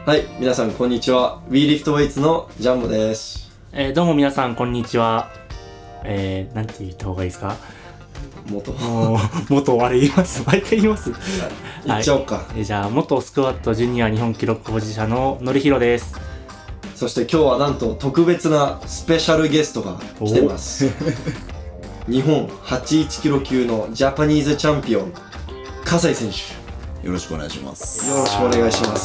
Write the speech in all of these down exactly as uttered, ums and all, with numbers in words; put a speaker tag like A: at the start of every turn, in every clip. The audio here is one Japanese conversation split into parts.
A: はい、皆さんこんにちは。 We Lift Weights のジャンボです。
B: えー、どうも皆さんこんにちは。えー、なんて言った方がいいですか？
A: 元
B: もう元あれ言います毎回言います
A: 言っちゃおうか、
B: はい、えー、じゃあ元スクワットジュニア日本記録保持者ののりひろです。
A: そして今日はなんと特別なスペシャルゲストが来てます日本はちじゅういちキロ級のジャパニーズチャンピオン葛西選手、
C: よろしくお願いします。
A: よろしくお願いします。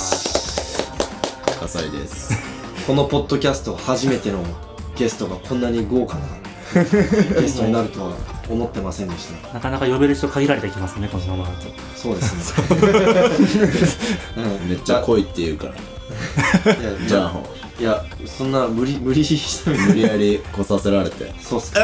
C: 葛西です。
A: このポッドキャスト初めてのゲストがこんなに豪華なゲストになるとは思ってませんでした。
B: なかなか呼べる人限られてきますね、このままだと。
A: そうですね
C: うん、めっちゃ濃いって言うからいやじゃあ
A: いや、そんな無理無理したみたいな
C: 無理やり来させられて
A: そうっすか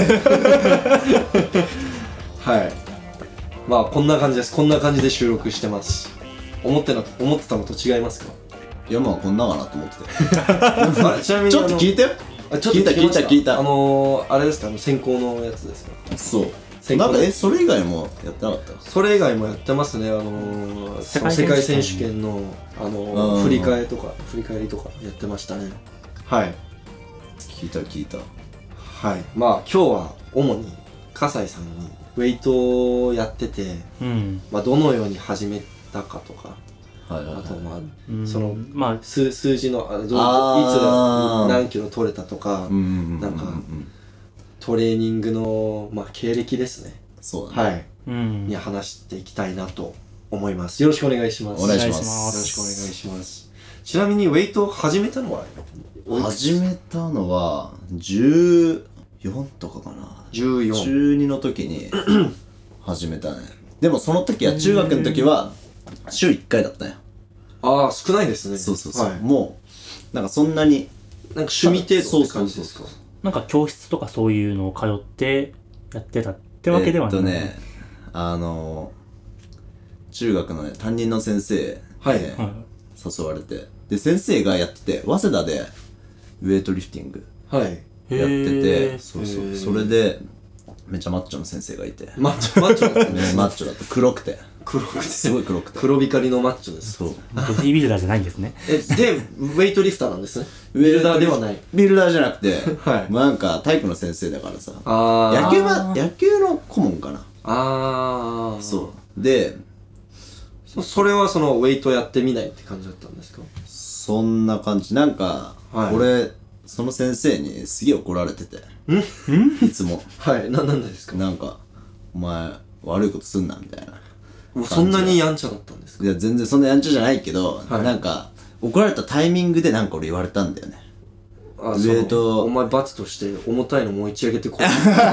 A: はい、まあこんな感じです。こんな感じで収録してます。思ってな思ってたのと違いますか？
C: いやまあこんなかなと思ってて
A: あちなみに
C: ちょっと聞いてよ。
A: あちょっと
C: 聞いた聞いた聞いた。
A: あのー、あれですか、あの先行のやつですか？
C: そうなんかえそれ以外もやってなかった？
A: それ以外もやってますね。あのー、世界世界選手権の、あのー、振り替えとか振り返りとかやってましたね。はい、
C: 聞いた聞いた。
A: はい、まあ今日は主に葛西さんにウェイトをやってて、
B: うん、
A: まあどのように始めたかとか、
C: はいはいはい、
A: あとまあ、
B: うん、
A: その、まあ、数, 数字のあどういつ何キロ取れたとか、
C: うんうんうんうん、
A: なんかトレーニングの、まあ、経歴ですね。
C: そうだね、
A: はい、うん、に話していきたいなと思います。よろしくお願いします。
C: お願いします。
A: よろしくお願いします。ちなみにウェイトを始めたのは
C: 始めたのはじゅうよんとかかな。
A: じゅうよん、
C: じゅうにの時に始めたね。でもその時は中学の時は週いっかいだったよ。
A: ああ、少ないですね。
C: そうそうそう、
A: はい、
C: もうなんかそんなに
A: なんか趣味程度って感じですか？
B: そうそうそう、なんか教室とかそういうのを通ってやってたってわけではない。
C: えっとねあの中学のね担任の先生に、ね、
A: はい、
C: 誘われて、で先生がやってて早稲田でウェイトリフティング
A: はい
C: やってて、そうそうそれでめっちゃマッチョの先生がいて、
A: マッチョマッチョだったね
C: マッチョだった黒くて
A: 黒くて
C: すごい黒くて
A: 黒光りのマッチョです。
C: そう
B: ボディービルダーじゃないんですね。
A: えでウェイトリフターなんですね。ビルダーではない。
C: ビルダーじゃなくて、
A: はい、
C: なんか体育の先生だからさ、
A: あ
C: 野球は野球の顧問かな。
A: ああ、
C: そうで
A: そ, それはそのウェイトやってみないって感じだったんですか？
C: そんな感じ。なんか、はい、俺その先生にすげえ怒られてて、
A: んん
C: いつも
A: はいな、なんでですか？
C: なんかお前悪いことすんなみたいな。
A: もうそんなにやんちゃだったんですか？
C: いや全然そんなやんちゃじゃないけど、
A: はい、なん
C: か怒られたタイミングでなんか俺言われたんだよね。
A: あ、ウェイトお前罰として重たいの持ち上げてこ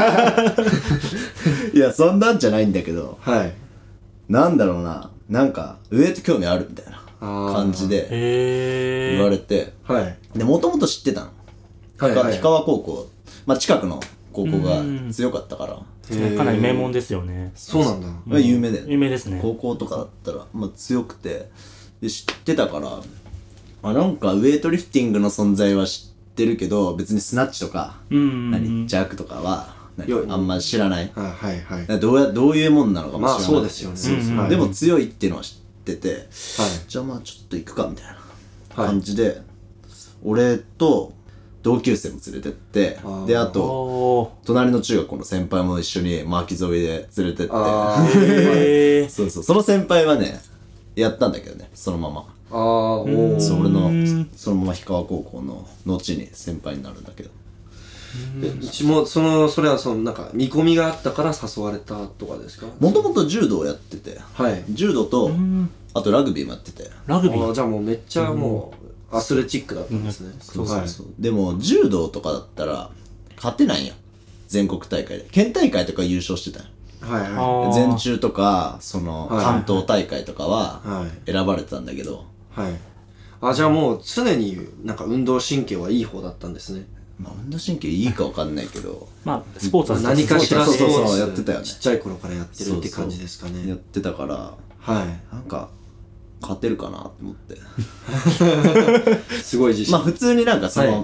C: いやそんなんじゃないんだけど、
A: はい、
C: なんだろうな、なんかウェイト興味あるみたいな感じで言われて、
A: はい、
C: でもともと知ってたの、はいはい、氷川高校、まあ、近くの高校が強かったから、
B: かなり名門ですよね。
A: そうなんだ、
C: まあ、有名だよね。
B: 有名ですね。
C: 高校とかだったら、まあ、強くてで知ってたから、あ、なんかウェイトリフティングの存在は知ってるけど別にスナッチとか、うん、何ジャークとかはあんま知らない、
A: はいはいはい、
C: どうやどういうもんなのかも知らない。まあ
A: そうですよね。
C: そうそう、うんうん、でも強いっていうのは知ってて、はい、じゃあまあちょっと行くかみたいな感じで、はい、俺と同級生も連れてって、あであと隣の中学校の先輩も一緒に巻き添えで連れてって、へそうそう、その先輩はねやったんだけどね、そのまま。ああ、おそれのそのまま氷川高校の後に先輩になるんだけど、
A: うちもそのそれはそのなんか見込みがあったから誘われたとかですか？
C: もともと柔道をやってて、はい、柔道とあとラグビーもやってて。
B: ラグビー？
A: あ、じゃあもうめっちゃもうアスレチックだったんですね。
C: そうそうそう、はい、でも柔道とかだったら勝てないよ、全国大会で。県大会とか優勝してたよ。はいはい、全中とかその関東大会とかは選ばれてたんだけど、
A: はい、あ、じゃあもう常になんか運動神経はいい方だったんですね。
C: まあ、運動神経いいかわかんないけど
B: まあスポーツは
A: 何かしらスポーツ
C: やってたよね。
A: ちっちゃい頃からやってるって感じですかね。
C: そうそうやってたから、はい、なんか勝てるかなと思って
A: すごい自信。
C: まあ普通になんかその、はい、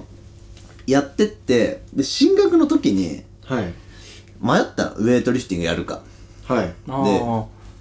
C: やってってで進学の時に、はい、迷ったの、ウェイトリフティングやるか。はい。で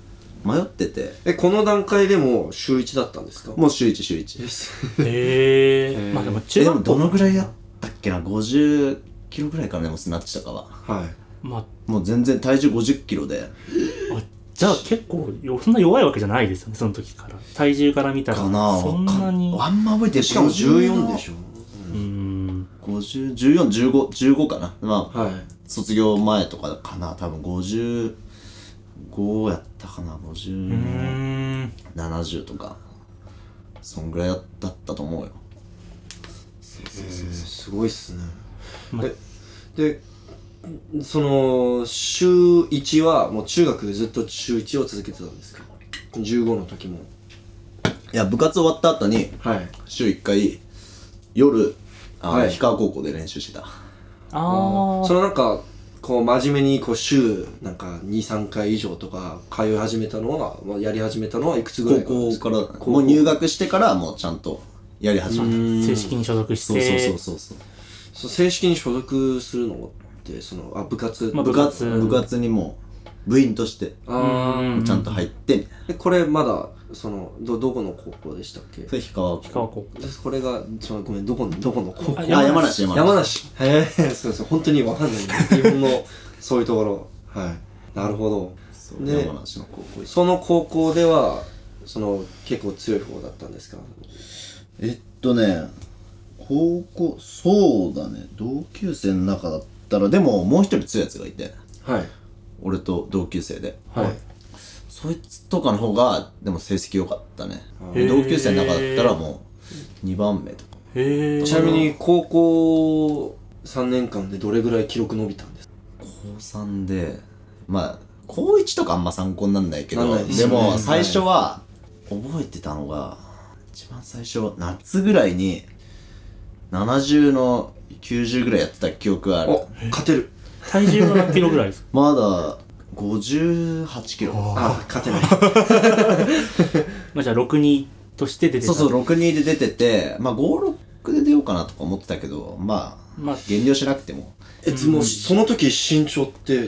C: 迷ってて。
A: え、この段階でも週いちだったんですか？
C: もう週いち週いち。
B: へえ。まあでも中
C: え、でも
B: 学校
C: どのぐらいやったっけな、ごじゅっキロぐらいかな、でもスナッチとかは。
A: はい。
B: まあ、
C: もう全然体重ごじゅっキロで。
B: あじゃあ結構よそんな弱いわけじゃないですよね、その時から。体重から見たら。
C: かな
B: そんなに。
C: あんま覚えてない。
A: しかもじゅうよんでしょ。
B: うーん。
C: ごじゅう、じゅうよん、じゅうご、じゅうごかな。まあ、
A: はい。
C: 卒業前とかかな。多分ごじゅうごやったかな。ごじゅう、
B: うーん。
C: ななじゅうとか。そんぐらいだったと思うよ。
A: えー、すごいっすね。
B: ま
A: えで、その週いちはもう中学ずっと週いちを続けてたんですか？じゅうごの時も。
C: いや、部活終わった後に、
A: はい。
C: 週いっかい、夜、あの、
A: はい
C: 氷川高校で練習してた。
B: ああ。
A: そのなんかこう真面目にこう週なんかに、さんかい以上とか通い始めたのは、まあ、やり始めたのはいくつぐらい
C: 高校から、
A: 高校
C: もう入学してからもうちゃんとやり始めた。
B: 正式に所属し
C: そう
B: て。
C: そうそうそうそう。
A: そう正式に所属するのってそのあ部活、
B: まあ
C: 部活、
B: 部活
C: 部活にもう部員として
A: あ
B: うん
C: ちゃんと入ってみたいな。
A: ーでこれまだそのどどこの高校でしたっけ？
C: それ氷川
B: 氷川高校。
A: でこれがそのごめんどこのどこの高校？
B: あ
C: あ、山梨、山梨。
A: 山梨。へえ、そうそう、本当にわかんないんです。日本のそういうところ。はい。なるほど。
C: そう
A: で
C: 山梨の高校。
A: その高校では、その結構強い方だったんですか？
C: えっとね、高校、そうだね、同級生の中だったら、でももう一人強いやつがいて、
A: はい。
C: 俺と同級生で。
A: はい。
C: そいつとかの方が、でも成績良かったね。
A: あ
B: ー
C: 同級生の中だったらもう、にばんめとか。
B: へえ。
A: ちなみに高校さんねんかんでどれぐらい記録伸びたんですか？
C: 高さんで、まあ、高いちとかあんま参考になんないけど、
A: なんないです
C: で
A: よね
C: も最初は、覚えてたのが、一番最初、夏ぐらいに、ななじゅうのきゅうじゅうぐらいやってた記憶がある。
A: お、勝てる。
B: 体重は何キロぐらいですか？
C: まだ、ごじゅうはちキロ。
A: あ、勝てない。
B: まあじゃあろくにとして出てた。
C: そうそう、ろくにで出てて、まあご、ろくで出ようかなとか思ってたけど、まあ、
B: まあ、
C: 減量しなくても。
A: え、もうその時身長って、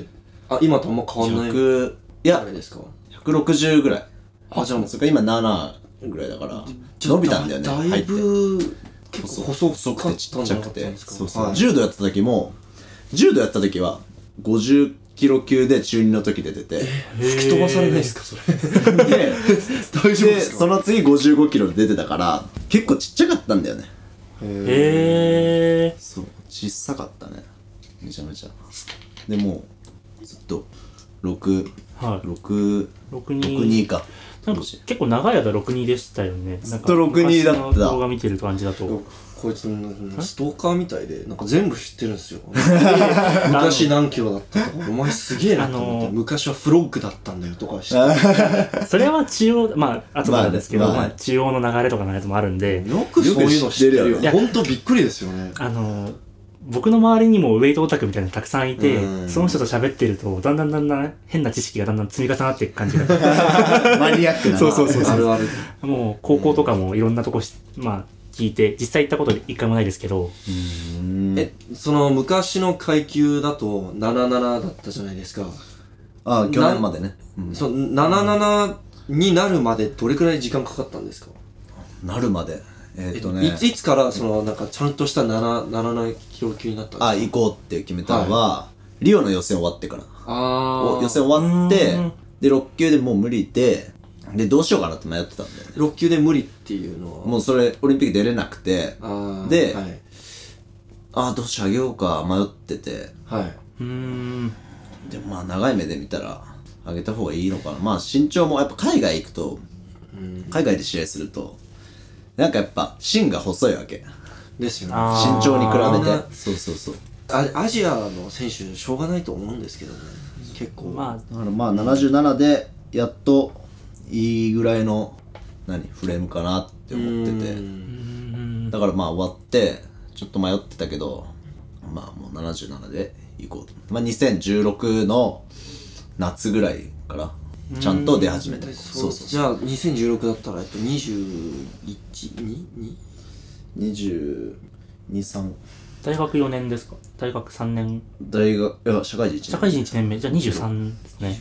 A: あ、今とあんま変わんない。
C: ひゃく、いや
A: あれ、ですか？
C: ひゃくろくじゅうぐらい。
A: あ、じゃあもう
C: それから今ななぐらいだから、伸びたんだよね、
A: だ
C: 入って。
A: いぶ、結構細
C: 細くてちっちゃくて。そうそう。
A: はい、
C: 柔道やった時も、柔道やった時は、ごじゅっキロ級で中にの時で出てて。
A: 吹き飛ばされないですか、それ。
C: で、
A: 大丈夫で
C: です
A: か？
C: その次ごじゅうごキロで出てたから、結構ちっちゃかったんだよね。
B: へえ。
C: そう、小さかったね。めちゃめちゃ。でもう、ずっと、ろく、
B: はい
C: ろく、
B: ろくに。
C: ろくにか。
B: なんか結構長い間ろくにでしたよね。
C: ずっとろくにだった
B: 昔の動画見てる感じだと。
A: こいつストーカーみたいでなんか全部知ってるんですよ。昔何キロだったとか、お前すげえなと思って、
B: あのー
A: 昔はフロッグだったんだよとか知って
B: それは中央、まあ、後からですけど、
C: まあね
B: まあ、中央の流れとかのやつもあるんで、
A: よくそういうの知ってるよ
C: よく知ってるよ
A: ね。ほんとびっくりですよね。
B: あの、僕の周りにもウェイトオタクみたいなのたくさんいて
A: う、ん
B: その人と喋ってると、だんだんだんだん変な知識がだんだん積み重なっていく感じが。
C: マニアックな。
B: そうそうそう
A: あるある。
B: もう、高校とかもいろんなとこし、まあ、聞いて、実際行ったこと一回もないですけど、
C: うーん。
A: え、その昔の階級だとななななだったじゃないですか。
C: あ、去年までね。うん
A: そのななななになるまでどれくらい時間かかったんですか？
C: なるまで。えっ
A: え
C: とね
A: いつ。いつからそのなんかちゃんとしたなななななキロ級になったんですか？
C: あ、行こうって決めたのは、リオの予選終わってから。
A: あー
C: お予選終わって
B: うーん、
C: で、ろっ級でもう無理で、で、どうしようかなって迷ってたんだよね。
A: ろっ級で無理っていうのは
C: もうそれ、オリンピック出れなくて、
A: あー
C: で
A: はい
C: ああ、どうしようあげようか迷ってて、
A: はいう
B: ーん、
C: でもまあ長い目で見たら、あげた方がいいのかな。まあ身長もやっぱ海外行くと、
A: うん
C: 海外で試合すると、なんかやっぱ芯が細いわけ。
A: ですよね。
B: あー
C: 身長に比
A: あー
C: べて。そうそうそう。
A: あアジアの選手しょうがないと思うんですけどね、結構
B: ま
C: だからまあななじゅうななでやっといいぐらいの何フレームかなって思ってて、
B: あ、うーん、
C: だからまあ終わってちょっと迷ってたけど、まあもうななじゅうななで行こうと。まあにせんじゅうろくの夏ぐらいからちゃんと出始めた。
A: で
C: そうそう
A: じゃあにせんじゅうろくだったらえっとにじゅういち、に、に
C: にじゅうに、さん
B: 大学よねんですか？大学さんねん、
C: 大学いや社会人いちねん
B: 社会人いちねんめ、じゃあにじゅうさんですね。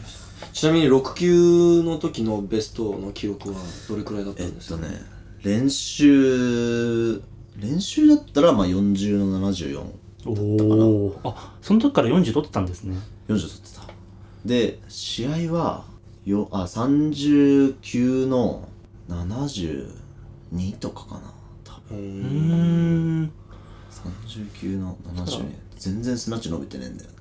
A: ちなみにろく級の時のベストの記録はどれくらいだった
C: えっ
A: んですか？
C: とね練習練習だったらまあよんじゅうのななじゅうよん
B: おお。あ、その時からよんじゅう取ってたんですね。
C: よんじゅう取ってた。で試合はよあさんじゅうきゅうのななじゅうにとかかな多分。
A: う
B: うー
A: ん
B: ん。
C: さんじゅうきゅうのななじゅうに全然スナッチ伸びてねえんだよ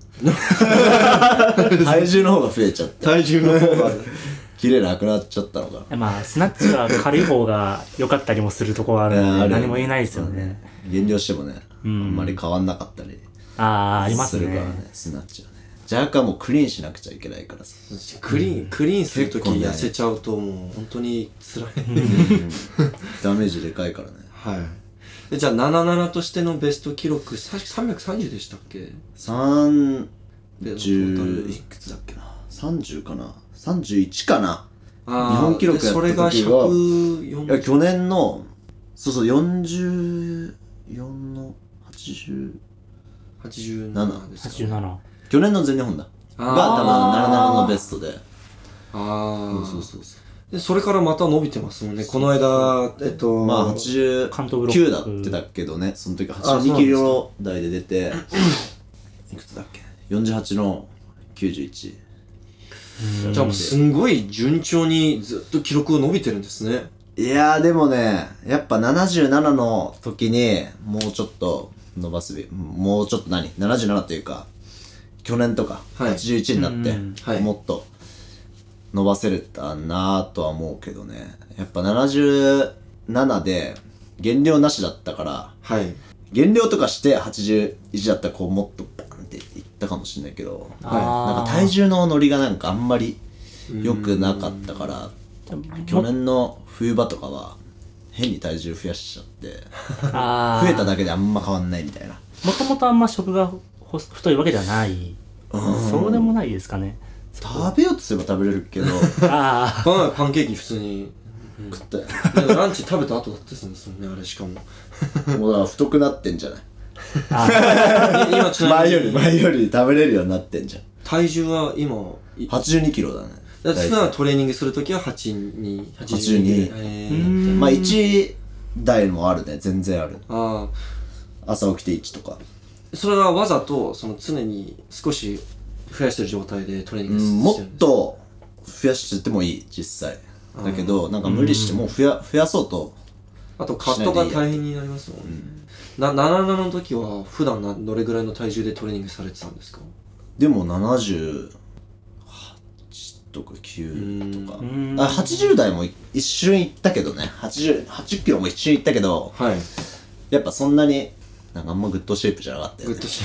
C: 体重の方が増えちゃって
A: 体重の方が
C: キレなくなっちゃったのかな。
B: まあスナッチは軽い方が良かったりもするところがあるので
C: いやあるよね
B: 何も言えないですよね。
C: 減量してもね、
B: うん
C: あんまり変わんなかったり
B: ああ、ありますすね。
C: るからねスナッチはね。若干もうクリーンしなくちゃいけないからさ
A: クリーンクリーンする時
C: 結構ね
A: 痩せちゃうともう本当に辛い
C: ダメージでかいからね。
A: はいでじゃあななじゅうななとしてのベスト記録ささんびゃくさんじゅうでしたっけ？
C: さん
A: で
C: じゅ
A: トータル
C: ういくつだっけなさんじゅうかなさんじゅういちかな。
A: あー
C: 日本記録やった時は
A: でそれがひゃくよん
C: いや去年のそうそうよんじゅうよんのはちじゅう
A: はちじゅうななですか、
B: はちじゅうなな。
C: 去年の全日本だ
A: あー
C: が多分ななじゅうななのベストで
A: ああ
C: そうそうそうそう
A: でそれからまた伸びてますもんね。この間えっと
C: まあはちじゅう
B: 関東ブロック
C: きゅうだってたけどねその時はちじゅうにキロ台で出ていくつだっけよんじゅうはちのきゅうじゅういち。
A: じゃあもうすんごい順調にずっと記録が伸びてるんですね。
C: いやーでもねやっぱななじゅうななの時にもうちょっと伸ばすべもうちょっと何ななじゅうななっていうか去年とか
A: はい
C: はちじゅういちになって、
B: うん
A: はい
C: もっと伸ばせれたなーとは思うけどねやっぱななじゅうななで減量なしだったから
A: はい
C: 減量とかしてはちじゅういちだったらこうもっとバンっていったかもしれないけど
B: あー
C: なんか体重の乗りがなんかあんまり良くなかったから去年の冬場とかは変に体重増やしちゃって
B: あ
C: 増えただけであんま変わんないみたいな。
B: もともとあんま食がほ太いわけではない。そうでもないですかね。
C: 食べようとすれば食べれるけど
B: ああ。
A: この前パンケーキ普通に
C: 食ったよ
A: でもランチ食べた後だったですもんねあれしかも
C: もうだから太くなってんじゃない
B: あ
A: 今ちなみに
C: 前より前より食べれるようになってんじゃん。
A: 体重は今い
C: はちじゅうにキロだね
A: だから普段トレーニングするときははちじゅうに、はちじゅうにえ
B: うー
A: ー、
B: ん
C: まあいち台もあるね全然ある。
A: あ
C: 朝起きていちとか
A: あそれはわざとその常に少し増やしてる状態でトレーニング
C: うんも
A: してるんです
C: っと増やしててもいい実際だけどなんか無理してもう増や増やそうと
A: あとカットが大変になりますもんね、なななじゅうななの時は普段などれぐらいの体重でトレーニングされてたんですか？
C: でもななじゅうはちとかきゅうとか
B: うん
C: あはちじゅう代も一瞬いったけどねはちじゅう、はちじゅっキロも一瞬いったけど
A: はい
C: やっぱそんなになんかあんまグッドシェイプじゃなかったよね
A: グッとして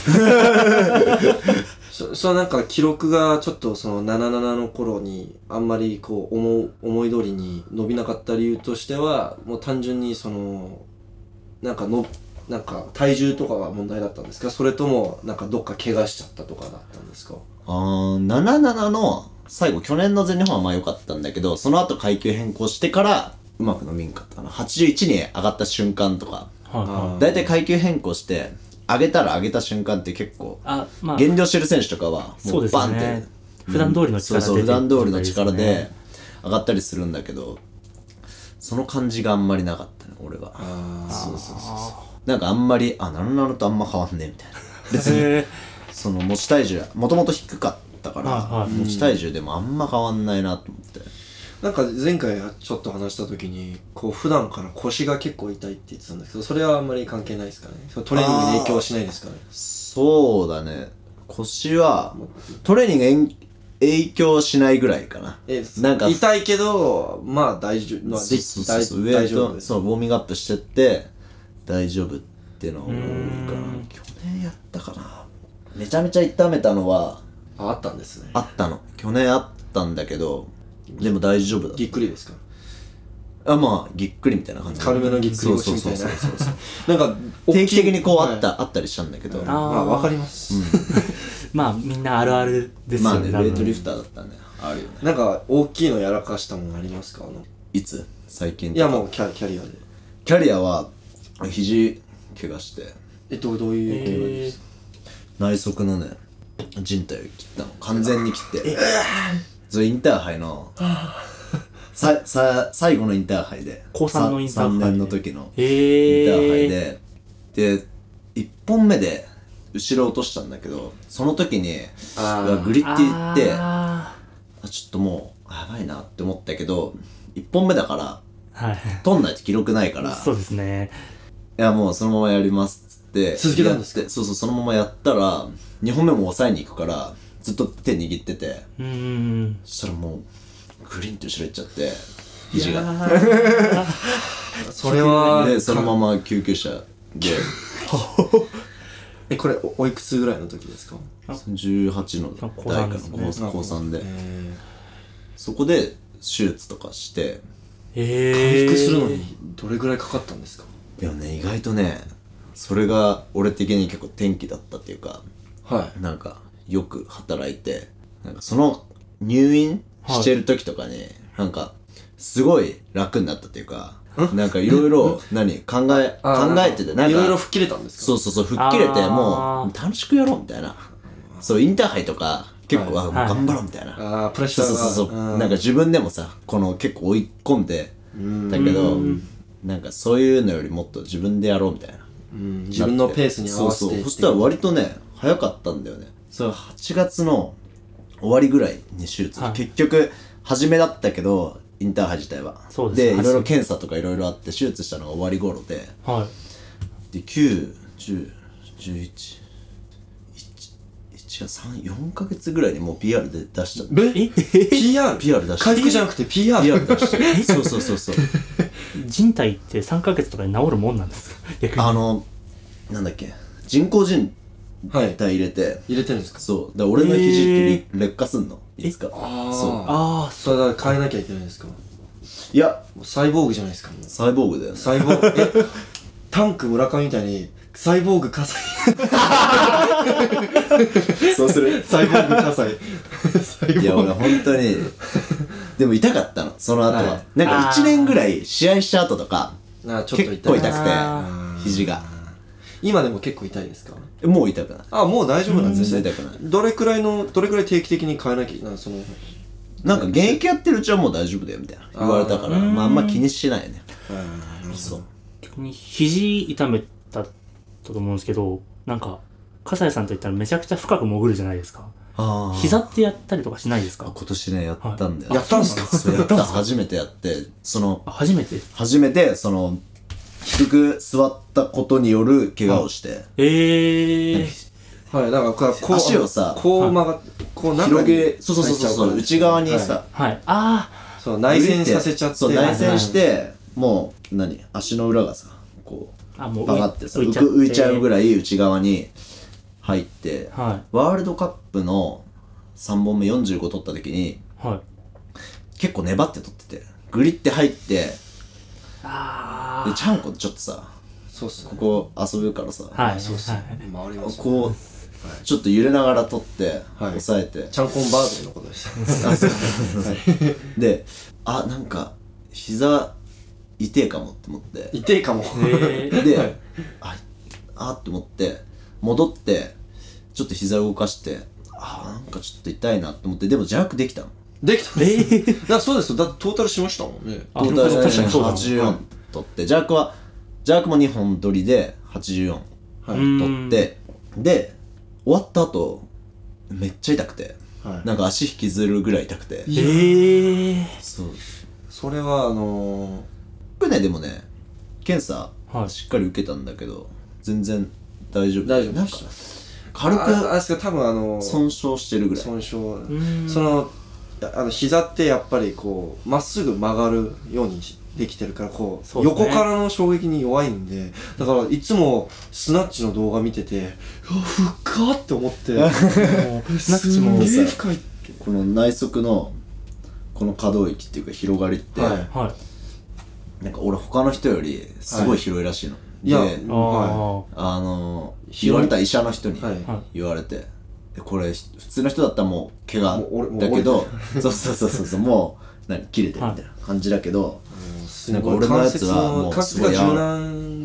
A: そそのなんか記録がちょっとそのななじゅうななの頃にあんまりこう思う思い通りに伸びなかった理由としてはもう単純にそのなんかのなんか体重とかが問題だったんですか？それともなんかどっか怪我しちゃったとかだったんですか？
C: あーななじゅうななの最後去年の全日本はまあ良かったんだけどその後階級変更してからうまく伸びんかったかなはちじゅういちに上がった瞬間とか
B: はいはい。
C: だいたい階級変更して上げたら上げた瞬間って結構
B: あ、まあ、
C: 減量してる選手とかはも
B: そうです
C: うバンって
B: ね。普段通りの力
C: そうそう普段通りの力
B: 出て
C: で上がったりするんだけどその感じがあんまりなかったね俺は。
A: あ
C: そうそうそうそうなんかあんまりあななじゅうななとあんま変わんねえみたいな別に
B: へ
C: その持ち体重もともと低かったから、
B: はいはい
C: 持ち体重でもあんま変わんないなと思って
A: なんか前回ちょっと話した時にこう普段から腰が結構痛いって言ってたんですけどそれはあんまり関係ないですかね？そのトレーニングに影響はしないですかね？
C: そうだね腰はトレーニングに影響しないぐらいかな。
A: え
C: なんか
A: 痛いけどまあ大丈夫、まあ、
C: そうそうそうそう
A: 大
C: ウェイ
A: 大丈夫です
C: トそうウォーミングアップしてって大丈夫ってのが多いかな。
B: ん
C: 去年やったかなめちゃめちゃ痛めたのは
A: ああったんですね。
C: あったの去年あったんだけどでも大丈夫だった
A: ぎっくりですか？
C: あまあぎっくりみたいな感じ
A: 軽めのぎっくり腰みたいな
C: そうそうそうそう
A: なんか
C: 定期的にこうあった、
A: はい
C: あったりしたんだけど、
A: まあわかります、
B: まあみんなあるあるです
C: まあねウ
B: よね。多分
C: ェイトリフターだったんだよあるよね。
A: なんか大きいのやらかしたものありますか？あの
C: いつ最近
A: いやもうキャキャリアで
C: キャリアは肘怪我して
A: えどうどういう怪我ですか？
C: 内側のね靭帯を切ったの完全に切ってそうインターハイのささ最後のインターハイで
B: 高さんのインターハイで
C: さんねんの時の
B: へ
C: インターハイ
B: ー
C: ででいっぽんめで後ろ落としたんだけど、その時に
A: あー
C: うわグリっていって
B: あ
C: あちょっともうやばいなって思ったけど、いっぽんめだから
B: ーはい
C: 取んないと記録ないから
B: そうですね。
C: いやもうそのままやりますっつって
A: 続けたんですか
C: やって、そうそうそのままやったらにほんめも抑えに行くからずっと手握ってて、
B: うーん。
C: そしたらもうグリンって後ろ行っちゃって肘が
B: いやー
A: それは
C: でそのまま救急車で
A: えこれおおいくつぐらいの時ですか？
C: じゅうはちの
B: 高
C: 代かな
B: 三ですね
C: 高さんで
A: え
C: そこで手術とかして
B: え
A: ー
B: ー、
A: 回復するのにどれぐらいかかったんですか？
C: でもね意外とねそれが俺的に結構転機だったっていうか、
A: は
C: なんかよく働いてなんかその入院してる時とかに、なんかすごい楽になったっていうか、なんかいろいろ何考え
A: あー
C: 考えててなんか
A: いろいろ吹っ切れたんですか？
C: そうそうそう吹っ切れて
B: あー
C: もう楽しくやろうみたいな、そうインターハイとか結構、
A: はい
C: あもう頑張ろうみたいな、
A: ああプレッシャーが
C: そうそうそうそう、
A: うん
C: なんか自分でもさこの結構追い込んで
A: うん
C: だけど、
B: うん
C: なんかそういうのよりもっと自分でやろうみたいな、
A: うん自分のペースに合わせて
C: そうそうそしたら割とね早かったんだよね。それははちがつの終わりぐらいに手術、
B: はい
C: 結局初めだったけどインターハイ自体は
B: そうですね
C: いろいろ検査とかいろいろあって手術したのが終わり頃で
B: はい
C: できゅう、じゅう、じゅういち、いちがさん、よんかげつぐらいにもう ピーアール で出しちゃって
A: え ピーアール?
C: ピーアール 出して
A: 回復じゃなくて ピーアール?
C: ピーアール 出してそうそうそうそう
B: 人体ってさんかげつとかで治るもんなんですか？逆に
C: あのなんだっけ人工人
A: はい
C: 体入れて、
A: 入れてるんですか？
C: そうだから俺の肘ってり劣化すんのいつか
A: ああ
C: そう
B: ああ
A: それだから変えなきゃいけないんですか？も
C: いや
A: うサイボーグじゃないですかもう
C: サイボーグだよね
A: サイボーグえタンク村上みたいにサイボーグ火災
C: そうする
A: サイボーグ火災サイボーグ
C: いや俺本当にでも痛かったのその後は、
A: はい
C: なんかいちねんぐらい試合した後とか
A: あちょっと痛い
C: 結構痛くて
B: あ
C: 肘が
A: 今でも結構痛いですか？
C: もう痛くない
A: あもう大丈夫なんですね
C: 全然痛くない
A: どれくらいのどれくらい定期的に変えなきゃいけないその
C: なんか現役やってるうちはもう大丈夫だよみたいな言われたから
B: あー
C: まああんま気にしないね
A: うん
C: そう
B: 逆に肘痛めたと思うんですけど、なんか笠井さんといったらめちゃくちゃ深く潜るじゃないですか。
C: あー
B: 膝ってやったりとかしないですか？
C: 今年ねやったんだよ、
A: やったんすか？
C: そうやった初めてやってその
B: あ初めて
C: 初めてその低く座ったことによる怪我をして、
B: ええ
A: はいだからこうこう
C: 足をさ
A: こう曲がこう中に
C: 広げそうそうそうそうそう内側にさ、
A: はい
B: はい。あ
A: そう内旋させちゃって
C: そう内旋してもう何足の裏がさこ
B: あ、あ、も
C: う
B: う
C: バガってさ浮
B: 浮いちゃって
C: く浮いちゃうぐらい内側に入って、
B: は
C: ワールドカップのさんぼんめよんじゅうご取った時に
B: い。はい。
C: 結構粘って取っててグリって入って
B: あ
C: でちゃんこちょっとさ
A: そうっすね
C: ここ遊ぶからさ、
B: あ。はい。
A: そうっす
B: はい
A: ね回ります
C: こうちょっと揺れながら取って、
A: はい
C: 押さえて
A: ちゃんこんバードのことです
C: あそうそうそうそうであなんか膝痛えかもって思って
A: 痛いかも
B: えー
C: で、
A: はい
C: ああって思って戻ってちょっと膝動かしてあなんかちょっと痛いなって思ってでも邪悪できたの
A: できたん
B: え
A: です
B: ー
A: だからそうですよだってトータルしましたもんね
B: あ
C: トータル
B: 確かにそうだ
C: はちじゅうよん取って邪悪は邪悪もにほん取りではちじゅうよん
A: はい
B: うん
C: 取ってで終わった後めっちゃ痛くて
A: はい
C: なんか足引きずるぐらい痛くて
A: いや
B: ええ
C: そう
A: それはあの
C: 僕ねでもね検査
B: はい
C: しっかり受けたんだけど全然大丈夫
A: 大丈夫
C: なんか
A: でした
C: 軽
A: ああれ
C: く
A: ですか多分あの
C: 損傷してるぐらい
A: 損傷
B: ん
A: そのあの膝ってやっぱりこうまっすぐ曲がるようにできてるからこう
B: そうですね
A: 横からの衝撃に弱いんでだからいつもスナッチの動画見ててうわ深っって思って
B: もうスナッチも
A: すげえ深い
C: この内側のこの可動域っていうか広がりって、
A: はい
B: はい。
C: なんか俺他の人よりすごい広いらしいの、
A: いや
C: で
B: あ
A: は
B: あ。
C: あの
A: 広い
C: 言われた医者の人に
A: はい
B: はい
C: 言われて、でこれ普通の人だったらもう怪我
A: もう俺もう
C: だけどそうそうそうそうそうもう何切れてるみたいな感じだけど、
A: す
C: なんか俺のやつはもう
A: 関節が
C: すごい柔ら
A: 柔軟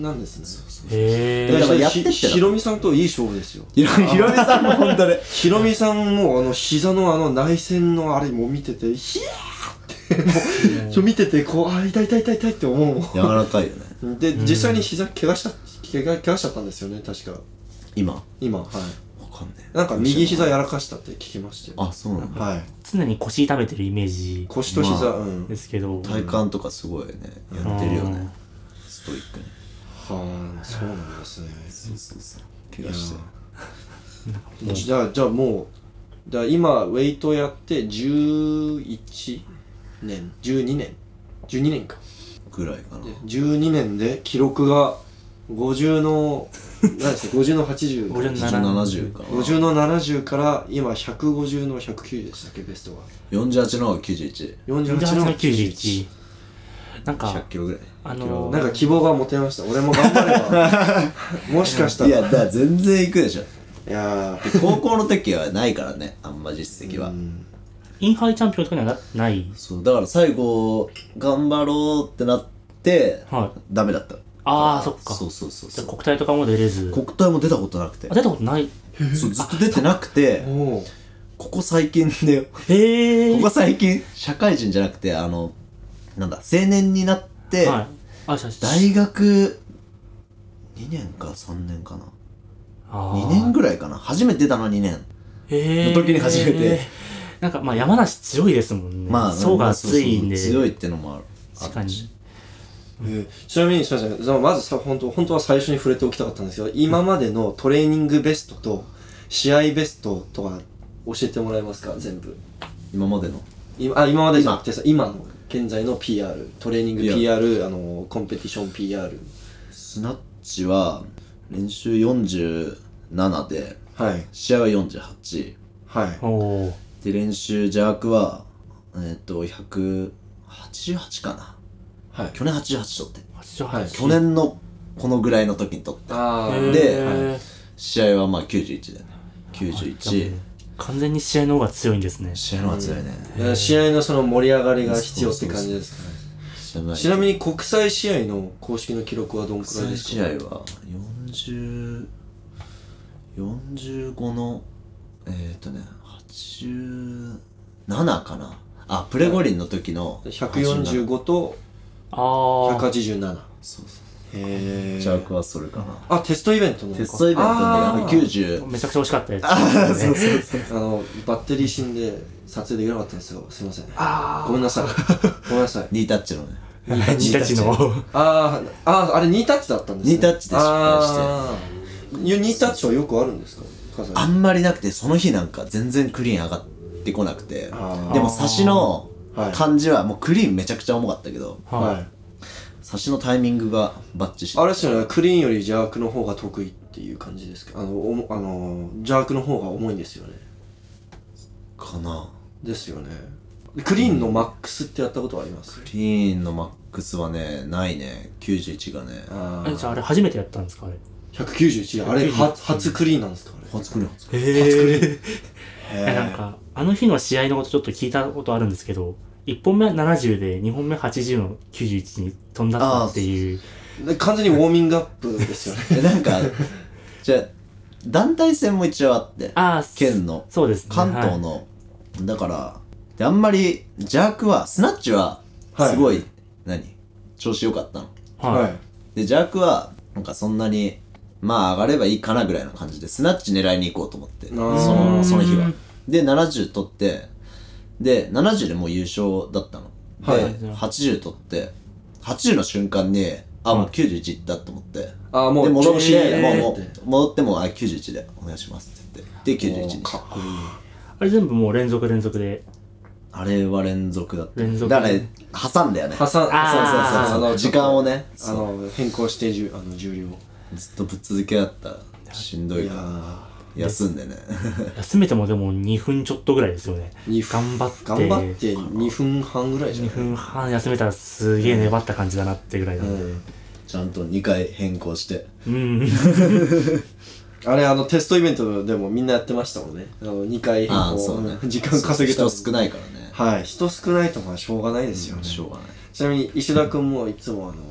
A: なんですね。
C: そうそう
B: へえ。
C: だからやってって
A: ひひろみさんといい勝負ですよ。
C: ひろひろみさんも本当に
A: ひろみさんもあの膝のあの内旋のあれも見ててヒヤーってもうちょ見ててこうあ痛い痛い痛い痛いって思うもん。
C: 柔らかいよね。
A: で実際に膝怪我した怪我怪我しちゃったんですよね確か
C: 今
A: 今はい。
C: わかんねえ。
A: なんか右膝やらかしたって聞きましたよ。
C: あ、そうなんだ。
A: はい。
B: 常に腰痛めてるイメージ
A: 腰と膝、
C: まあ
A: うん。
B: ですけど。
C: 体幹とかすごいね、やってるよね。ストイックに。
A: はあ、そうなんですね。
C: そうそうそう。怪我して。
A: じゃあじゃあもうじゃあ今ウェイトやってじゅういちねんじゅうにねんじゅうにねんか
C: ぐらいかな。
A: じゅうにねんで記録がごじゅうの何ですかごじゅうのはちじゅう
B: ごじゅう
C: ななじゅうかな。
A: ごじゅうのななじゅうから今ひゃくごじゅうのひゃくきゅうじゅうでしたっけベストが
C: よんじゅうはちの方がきゅうじゅういち。
A: よんじゅうはちの
B: きゅうじゅういち。なん
C: ひゃ
B: か
C: っキロぐらい。
B: あの
A: なんか希望が持てました俺も頑張ればもしかしたら
C: いや、だから全然いくでしょ。
A: いやー
C: 高校の時はないからね、あんま実績は。
A: うん
B: インハイチャンピオンとかにはなない。
C: そう、だから最後、頑張ろうってなって、
B: はい。
C: ダメだった。
B: ああ、そっか。
C: そうそうそうそう。
B: じゃあ国体とかも出れず。
C: 国体も出たことなくて
B: あ、。出たことない。
C: そう、ずっと出てなくて、
A: おー
C: ここ最近だよ。
B: へえ。
C: ここ最近、社会人じゃなくて、あの、なんだ、青年になって、
B: はい。あ、じゃあ
C: 大学にねんかさんねんかな。
B: あー
C: にねんぐらいかな。初めて出たのにねん。
B: へー
C: の時に初めて
B: なんかまあ山梨強いですもんね。
C: まあ、
B: 層が厚いんで。
C: そうそうそう強いってのもある。
B: 確かに。
A: えーちなみにすみませんそのまずさ本当本当は最初に触れておきたかったんですけど今までのトレーニングベストと試合ベストとは教えてもらえますか全部
C: 今までの。
A: 今あ今までじゃなくてさ今の現在の ピーアール トレーニング
C: いや
A: ピーアール あのコンペティション ピーアール
C: スナッチは、練習よんじゅうななで、
A: はい
C: 試合はよんじゅうはち。
A: はい
B: おお。
C: で、練習邪悪は、えっと、ひゃくはちじゅうはちかな。
A: はい
C: 去年はちじゅうはち取って。
B: はちじゅうはち。
C: 去年のこのぐらいの時に取って。
A: あ
B: へー
A: ー
C: で
B: はい
C: 試合はまあきゅうじゅういちだよね。きゅうじゅういち。
B: 完全に試合の方が強いんですね。
C: 試合の方が強いね。
A: いや試合のその盛り上がりが必要って感じですかね
C: 試合の
A: ちなみに国際試合の公式の記録はどんくらい
C: 国際
A: ですか
C: 試合はよんじゅう、よんじゅうごの、えっ、ー、とね、はちじゅうななかな。あ、プレ五輪の時の
A: ひゃくよんじゅうごと
B: あ
A: ひゃく
B: あ。
A: はちじゅうなな
C: そうそう。
A: へ
C: ジャークはそれかな。
A: あテストイベントの
C: テストイベントであのきゅうじゅう、
B: めちゃくちゃ惜しかったやつ。
C: あーそうそうそう。
A: あのバッテリー死んで撮影できなかったんですよすいません
B: あ
A: ごめんなさいごめんなさい
C: ニータッチのね。
B: あ。ニたちの。
A: あーあーあれニータッチだったんですね
C: ニータッチで失敗して
A: あーいやニータッチはよくあるんですか笠井
C: あんまりなくて、その日なんか全然クリーン上がってこなくて。
A: あー
C: でも差しの
A: はい
C: 感じは、もうクリーンめちゃくちゃ重かったけど、
A: はい、
B: はい。
C: 差しのタイミングがバッチして。
A: あれですよねクリーンよりジャークの方が得意っていう感じですかあのおもあのジャークの方が重いんですよね
C: かな。
A: ですよねクリーンのマックスってやったことはあります
C: クリーンのマックスはね、ないね。きゅうじゅういちがね。
A: あ
B: え、じゃああれ初めてやったんですかあれ。
A: ひゃくきゅうじゅういちあれは初クリーンなんですかあれ
C: 初クリーン初クリーン。
B: へ
A: へ
B: え。なんか、あの日の試合のことちょっと聞いたことあるんですけど、いっぽんめはななじゅうで、にほんめはちじゅうのきゅうじゅういちに飛んだったっていう。
A: で完全にウォーミングアップですよね
C: え、なんか、じゃあ、団体戦も一応あって、
B: ああ、
C: 県の、
B: そうですね。
C: 関東の、だから、であんまり、ジャークは、スナッチは、すごい、何調子良かったの。
B: はい。はい。
C: で、ジャークは、なんかそんなに、まあ上がればいいかなぐらいの感じで、スナッチ狙いに行こうと思って、そ
A: ー
C: の、その日は。で、ななじゅう取って、で、ななじゅうでもう優勝だったの。
A: はい
C: で、はちじゅう取って、はちじゅうの瞬間に、あ、もうきゅうじゅういちいったと思って、
A: ああもう
C: で、戻っ
A: 調子いい
C: て、もう、
A: ね
C: もう、戻っても、あ、きゅうじゅういちでお願いしますって言って、で、きゅうじゅういちにした。
A: かっこいい
B: あれ全部もう連続連続で。
C: あれは連続だった。
B: 連続
C: だからね、挟んだよね。
A: 挟ん
C: そうそう
B: あー
C: そうそう。時間をね、
A: あの変更して重あの重量
C: ずっとぶっ続けだったらしんどい
A: いや
C: から、
A: ー
C: 休んでね。
B: 休めてもでもにふんちょっとぐらいですよね。
A: にふ
B: 頑張って。
A: 頑張ってにふんはんぐらいじゃ
B: に
A: ない
B: ふんはん休めたらすげえ粘った感じだなってぐらいなんで。
C: ちゃんとにかい変更して。
B: うん。
A: あれあのテストイベントでもみんなやってましたもんねあのにかい変
C: ああ、
A: 更
C: そうね。
A: 時間稼げた
C: 人少ないからね。
A: はい人少ないとまあしょうがないですよね、
C: しょうがない。
A: ちなみに石田君もいつもあの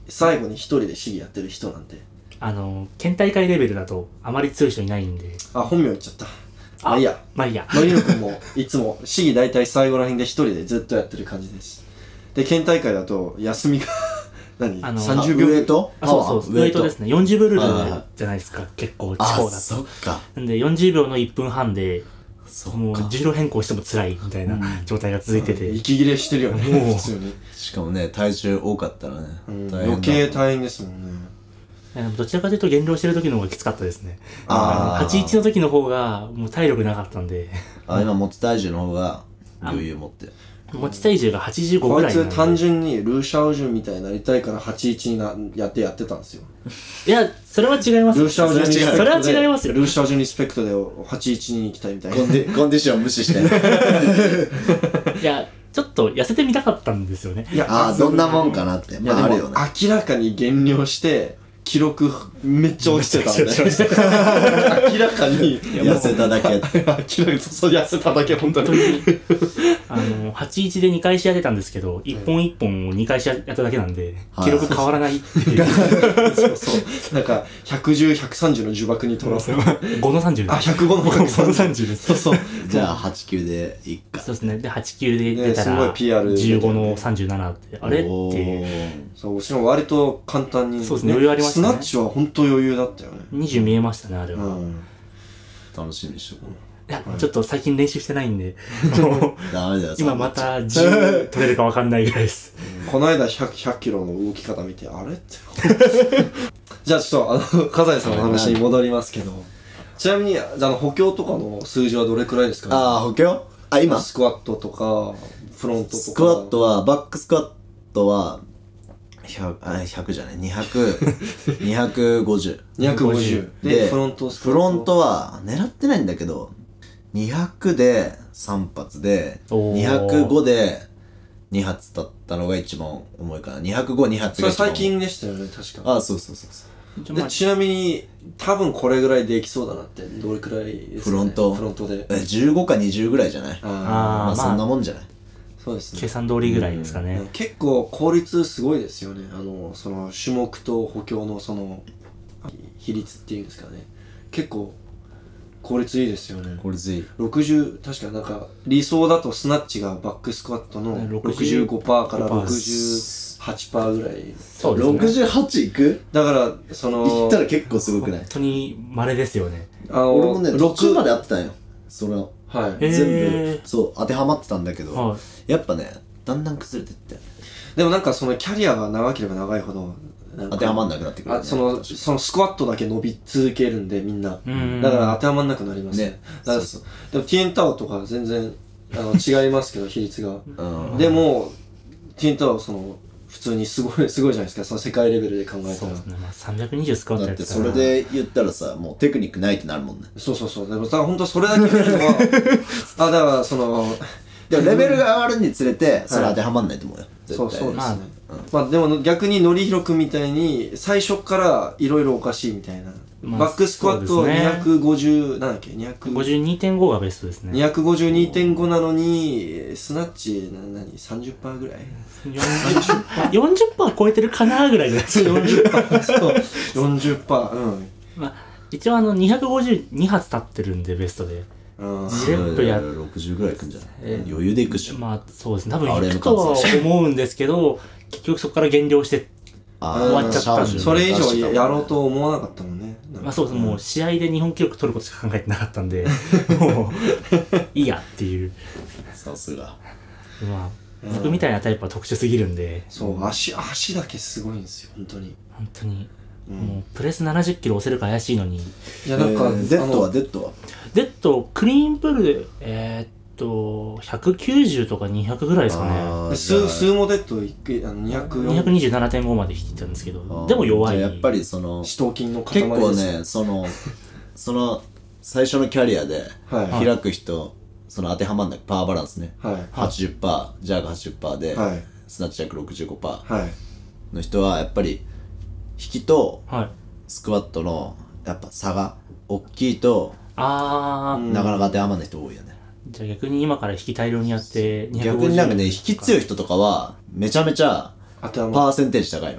A: 最後に一人で試技やってる人なんで。
B: あの県大会レベルだとあまり強い人いないんで。
A: あ、本名言っちゃった。まあいいや。
B: まあいいや。
A: のりのくんもいつも試技大体最後らへんで一人でずっとやってる感じです。で、県大会だと休みが何
B: あの
A: さんじゅうびょう
C: ウエイト
B: あ、そうそう、ウエイトですね。よんじゅうブルールじゃないですか、結構地方だと。
C: あ、そっか。
B: なんでよんじゅうびょうのいっぷんはんで、
C: そっか。
B: もう重量変更しても辛いみたいな状態が続いてて。
A: 息切れしてるよね、
B: もう
A: 普通に。
C: しかもね、体重多かったらね。
A: うん、
C: 大変だ
A: 余計大変ですもんね。
B: どちらかというと減量してる時の方がきつかったですね。
C: あー
B: はちじゅういちの時の方がもう体力なかったんで。
C: あ、今持ち体重の方が余裕持って。
B: 持ち体重がはちじゅうごぐ
A: こい
B: らいなんで。
A: つ単純にルーシャオジュンみたいになりたいからはちじゅういちになやってやってたんですよ。
B: いや、それは違います。
A: ルーシャオジュンリスペクトで
B: それは違いますよ。
A: ルーシャオジュンリスペクトではちじゅういちに行きたいみたいな。
C: コンディコンディション無視して。
B: いや、ちょっと痩せてみたかったんですよね。
A: いや
C: ああ、どんなもんかなって。
A: いやでも
C: まああるよね。
A: 明らかに減量して記録めっちゃ落ちてたんで明らかに
C: 痩せただけ。
A: 明らかにそう痩せただけ本当に
B: 本当にあのはちじゅういちでにかい試合出たんですけど、いっぽんいっぽんをにかい試合やっただけなんで、
C: はい
B: 記録変わらないっていう。
A: そうそうなんかひゃくじゅう、ひゃくさんじゅうの呪縛に取らせる
B: ごのさんじゅうです。
A: あ、ひゃくごの
B: ごのさんじゅうです。
A: そうそう
C: じゃあはち級でいっか。
B: そうですね。で、はち級で出た
A: ねすごい
B: ら、
A: ピーアール
B: じゅうごのさんじゅうななって、あれって
C: お
B: いう。
C: ー
A: そう、うちも割と簡単に、
B: そうですね余裕ありましたね
A: スナッチは本当余裕だったよね。
B: にじゅう見えましたね、あれは。い
A: うん。
C: 楽しみにしとこ
B: や、ちょっと最近練習してないんで、もう
C: う。ダメだよ、
B: 今またじゅう取れるかわかんないぐらいです。
A: この間ひゃく、ひゃくキロの動き方見て、あれって。じゃあちょっと、あの、笠井さんの話に戻りますけど、ちなみに、じゃああの補強とかの数字はどれくらいですかね？
C: ああ、補強あ、今
A: スクワットとか、フロントとか。
C: スクワットは、バックスクワットは、ひゃく、あ、ひゃくじゃない、にひゃく、にひゃくごじゅう。
A: にひゃくごじゅう。で、フロント、スクワット。
C: フロントは、狙ってないんだけど、にひゃくでさん発で、
B: おー
C: にひゃくごでに発だったのが一番重いかな。にひゃくご、に発
A: それ
C: が一番重い。
A: 最近でしたよね、確か。
C: ああ、そうそうそうそう。
A: でちなみに、多分これぐらいできそうだなって、どれくらいですかね？
C: フロント
A: フロントで。
C: え、じゅうごかにじゅうぐらいじゃない？
A: あ
B: あ
C: まあそんなもんじゃない？
A: そうですね。
B: 計算通りぐらいですかね。
A: 結構効率すごいですよね。あの、その種目と補強のその比率っていうんですかね。結構効率いいですよね。
C: これぜひ。
A: ろくじゅう、確かなんか理想だとスナッチがバックスクワットのろくじゅうごパーセントからろくじゅうはちパーセントぐらい。
B: そうですね。
C: ろくじゅうはちいく？
A: だから、その、
C: いったら結構すごくない？
B: 本当に稀ですよね。
A: あの
C: 俺もね、途中まで
A: ろ
C: 合ってたんよ。その、
A: くはい。
B: へー
C: 全部、そう、当てはまってたんだけど、
B: はい
C: やっぱね、だんだん崩れてって、
A: でもなんかそのキャリアが長ければ長いほど、なんか
C: 当てはまんなくなってくるよね。
A: あその、そのスクワットだけ伸び続けるんでみんな。
B: うん
A: だから当てはまんなくなります
C: ね
A: だから
C: そう
A: でもティエンタオとか全然あの違いますけど、比率が。
C: うん。
A: でも、ティエンタオその、普通にすごい、すごいじゃないですか。その世界レベルで考えたら
B: そうです。ね。まあ、さんびゃくにじゅうスクワット
C: だって
B: やってたら
C: それで言ったらさ、もうテクニックないってなるもんね。
A: そうそうそう。でもさ、本当それだけ見るのは、あ、だからその、
C: でもレベルが上がるにつれて、それ当てはまんないと思うよ。絶対
A: そうそうですね。
B: まあ
A: まあでも逆にのりひろくんみたいに最初からいろいろおかしいみたいな。
B: まあ
A: バックスクワット
B: そうですね
A: にひゃくごじゅう、なんだっけ、にひゃく
B: ごじゅうにてんごがベストですね。
A: にひゃくごじゅうにてんごなのに、スナッチ、な、なに、さんじゅっパーセント ぐらい
B: よんじゅっパーセント 超えてるかなぐらいじゃないですか。
A: よんじゅっパーセント そう。よんじゅっパーセント、うん。
B: まあ、一応あのにひゃくごじゅうに発立ってるんで、ベストで。
A: うん
B: 全部や
C: ろくじゅうぐらいいくんじゃない？
B: えー
C: 余裕でいくっしょ。
B: まあ、そうですね。多分
C: あれ
B: いくとは思うんですけど、結局そこから減量して、
C: あ
B: 終わっちゃったんで
A: それ以上ややろうと思わなかったもんね。なんか
B: まあそうです。もう試合で日本記録取ることしか考えてなかったんで、もう、いいやっていう。
C: さすが。
B: まあ、僕みたいなタイプは特殊すぎるんで、
A: そう、足、足だけすごいんですよ、本当に。
B: 本当に、
A: うん
B: もうプレスななじゅっキロ押せるか怪しいのに、
A: いや、なんか、
C: えーデッドは
A: あの
C: デッドは
B: デッド、クリーンプールで、えー、っと、ひゃくきゅうじゅうとかにひゃくぐらいですかね。
C: あー
A: スースーモデッドいくあのにひゃくよん
B: にひゃくにじゅうななてんごまで引いたんですけど、
C: あー
B: でも弱い。
C: じゃあやっぱりその、
A: 四頭筋の塊
C: 結
A: です
C: 構ね、その、その、最初のキャリアで、
A: はい
C: 開く人、その当てはまんない、パワーバランスね。
A: はい
C: はちじゅっパーセント、ジャーがはちじゅっパーセントで、
A: はい
C: スナッチ約ろくじゅうごパーセント
A: はい
C: の人は、やっぱり、引きと
B: はい。
C: スクワットの、やっぱ差が、大きいと、
B: あー、
A: うん
C: なかなか当てはまんない人多いよね。
B: じゃあ逆に今から引き大量にやって、
C: 逆になんかね、引き強い人とかは、めちゃめちゃ、
A: あとはもう
C: パーセンテージ高いの。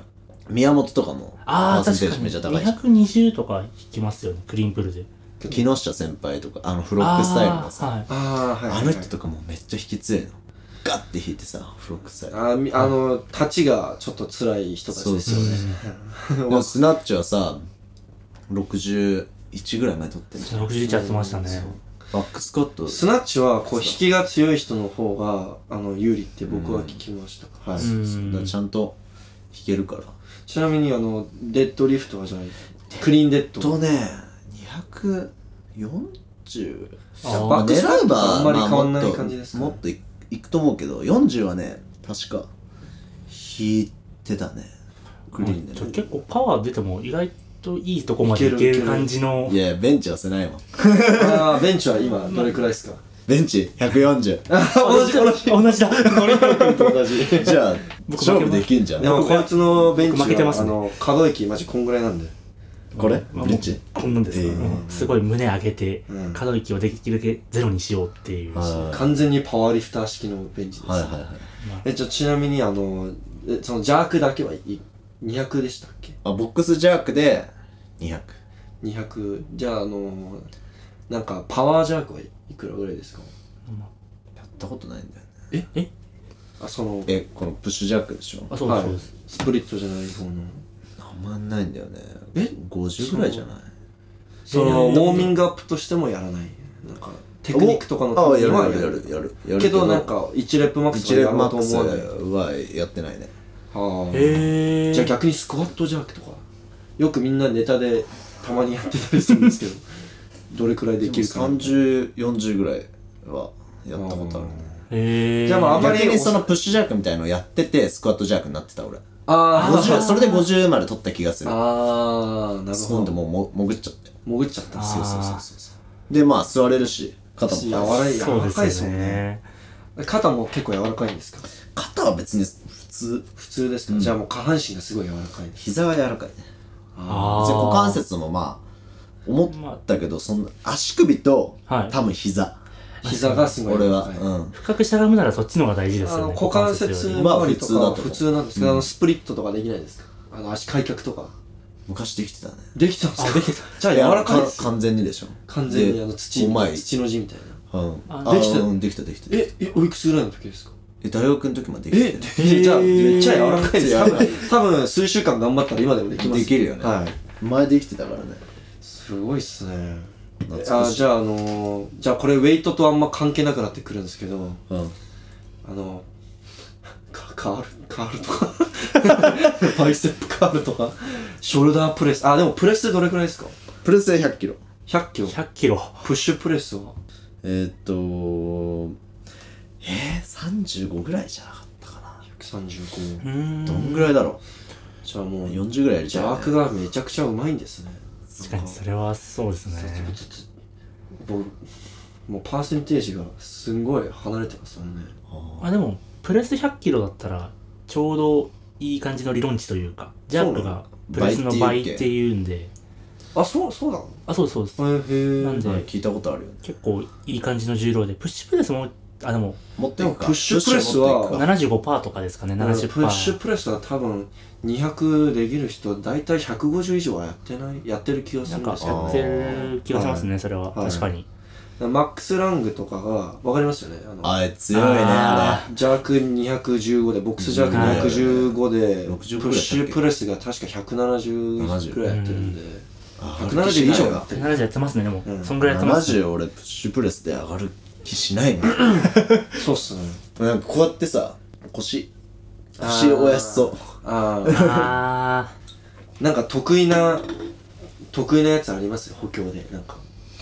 C: 宮本とかも
B: ああ、
C: パーセン
B: 確かに。
C: テージめっちゃ高いし
B: にひゃくにじゅうとか引きますよね、クリーンプールで。
C: 木下先輩とかあのフロックスタイルのさ
B: あーはい。
A: ああはい、はい、
C: あの人とかもめっちゃ引き強いのガッて引いてさフロックスタイル
A: あみあの立ちがちょっと辛い人たちですよね。
C: でもスナッチはさろくじゅういちぐらいまで取ってんじゃん
B: ろくじゅういちやってましたね。
C: バックスコット
A: スナッチはこう引きが強い人の方があの有利って僕は聞きました。はい。
B: うん
C: だからちゃんと引けるから
A: ちなみにあのデッドリフトはじゃないクリーンデッド。
C: とねにひゃくよんじゅう
B: あー
A: バックスクワットとあんまり
C: まあ
A: 変わんない
C: もっと
A: 感じですかね
C: もっといいくと思うけどよんじゅうはね確か引いてたねクリーンでね
B: ちょ結構パワー出ても意外といいとこまでいける感じの
C: いやベンチはせないもん
A: ああベンチは今どれくらいですか。
C: ベンチひゃくよんじゅう
A: 同じ同じ。
B: 同じだノリノリ君と
A: 同じ。
C: じゃあ
B: 僕
C: 勝負できんじゃん
A: でもこいつのベンチ
B: 僕負けてますね
A: はあの可動域マジこんぐらいなんで。
C: これ
B: まあ
C: ベンチ
B: こんなんですか、
C: えー
B: うんすごい胸上げて、
A: うん
B: 可動域をできるだけゼロにしようっていう、
C: はい
A: 完全にパワーリフター式のベンチです。
C: はいはいはい
A: えじゃあちなみにあのえそのジャークだけはいにひゃくでしたっけ。
C: あボックスジャークでにひゃく
A: にひゃくじゃああのなんかパワージャークはいくらぐらいですか。
C: やったことないんだよね
B: え
A: あその
C: えこのプッシュジャックでしょ
B: あそうですそうです、
A: スプリットじゃない方の
C: あんまないんだよね
A: え
C: ごじゅうぐらいじゃない
A: そのウ
B: えー
A: ォーミングアップとしてもやらないなんかテクニックとかのた
C: あやる
A: めには
C: やるやるやるやる
A: けどなんかいちレップマックス
C: いちレップマッ
A: と
C: クス
A: 思わない。
C: はやってないね
A: はあ
B: へえ
A: じゃあ逆にスクワットジャークとかよくみんなネタでたまにやってたりするんですけどどれくらいできるかな。
C: さんじゅう、よんじゅうぐらいはやったことあるね
B: へえ
A: じゃあまああんまり
C: 逆にそのプッシュジャークみたいのやっててスクワットジャークになってた俺
A: あ
C: ごじゅうそれでごじゅうまで取った気がする
A: あーなるほど
C: そんでもうも潜っちゃって
A: 潜っちゃったんですよ。
B: あー
A: そうそうそうそう
C: でまあ座れるし肩も
A: 柔らい柔
B: そうです
A: らかいですもん
B: よ
A: ね。
B: ね
A: 肩も結構柔らかいんですか。
C: 肩は別に普通
A: 普通ですか、じゃあもう下半身がすごい柔らかいんです。
C: 膝は柔らかいね
B: あ
C: 別に股関節もまあ思ったけどそんな足首と
B: はい
C: 多分膝
A: 膝がすごい柔
C: 俺
A: らかい。
C: はうん
B: 深くしゃがむならそっちの方が大事です
A: あの
B: よね
A: 股関節
B: より
C: まあ
A: 周りとかは普
C: 普通だと思う
A: 通なんですけど、あのスプリットとかできないですか。あの足開脚とか
C: 昔できてたね
A: できたんですか。
B: あできてた
A: じゃあ柔らかいですよ。
C: 完全にでしょ
A: 完全に
C: で
A: あの土
C: うまい
A: 土の字みたいな。
C: うん
B: あ
A: できた
C: あうんできたできた
A: ええおいくつぐらいの時ですか。
C: え大学の時までで
A: え
C: きてた
A: でじゃあめっちゃ柔らかいです。多
C: 柔らかい
A: 分多分数週間頑張ったら今でもできます。
C: できるよね
A: はい。
C: 前できてたからね
A: すごいっすね。
C: 懐かしい
A: あじゃああのー、じゃあこれウェイトとあんま関係なくなってくるんですけど、
C: うん
A: あのカカールカールとかバイステップカールとかショルダープレスあでもプレスでどれくらいですか。
C: プレスでひゃっキロ
A: ひゃっキロ
B: ひゃっキロ
A: プッシュプレスは
C: えー、っとえー、さんじゅうごぐらいじゃなかったかな
A: ひゃくさんじゅうご。
B: うーん
C: どんぐらいだろ
A: じゃあも
C: う
A: う
C: よんじゅうぐらいやり
A: ジ
C: たい、ね、
A: ャークがめちゃくちゃうまいんですね。
B: 確かにそれはそうですね
A: 僕もうパーセンテージがすんごい離れてますもんね。
B: あでもプレスひゃっキロだったらちょうどいい感じの理論値というかジャックがプレスの倍っていうんで
A: あそうそうなの。
B: あそうですそうです
A: へえ。
B: なんで
C: はい聞いたことあるよね
B: 結構いい感じの重量でプッシュプレスもあでも
C: 持っていくか
A: でもプッシュプレスは
C: プッシュ持っていくか
B: ななじゅうごパーセント とかですかね
A: プ
B: ななじゅっパーセント
A: ッシュプレスは多分にひゃくできる人大体ひゃくごじゅう以上はやってないやってる気がす
B: なんか
A: るんですけど
B: やってる気がしますね、それは、
A: はい
B: 確かに
A: マックスラングとかがわかりますよね。あの
C: あれ強いねあ
B: あ
A: ジャークにひゃくじゅうごでボックスジャークにひゃくじゅうごで
C: ろくじゅう
A: プッシュプレスが確かひゃくななじゅうくらいやってるんで
C: れ
A: ひゃくななじゅう以上やってる。
B: ななじゅうやってますねでも、
A: うん
B: そんぐらいやってます
C: ななじゅう俺プッシュプレスで上がる気しないもん
A: そうっすね。
C: なんかこうやってさ腰腰おやすそう
A: ああ
B: あ
A: なんか得意な得意なやつありますよ補強で。なんか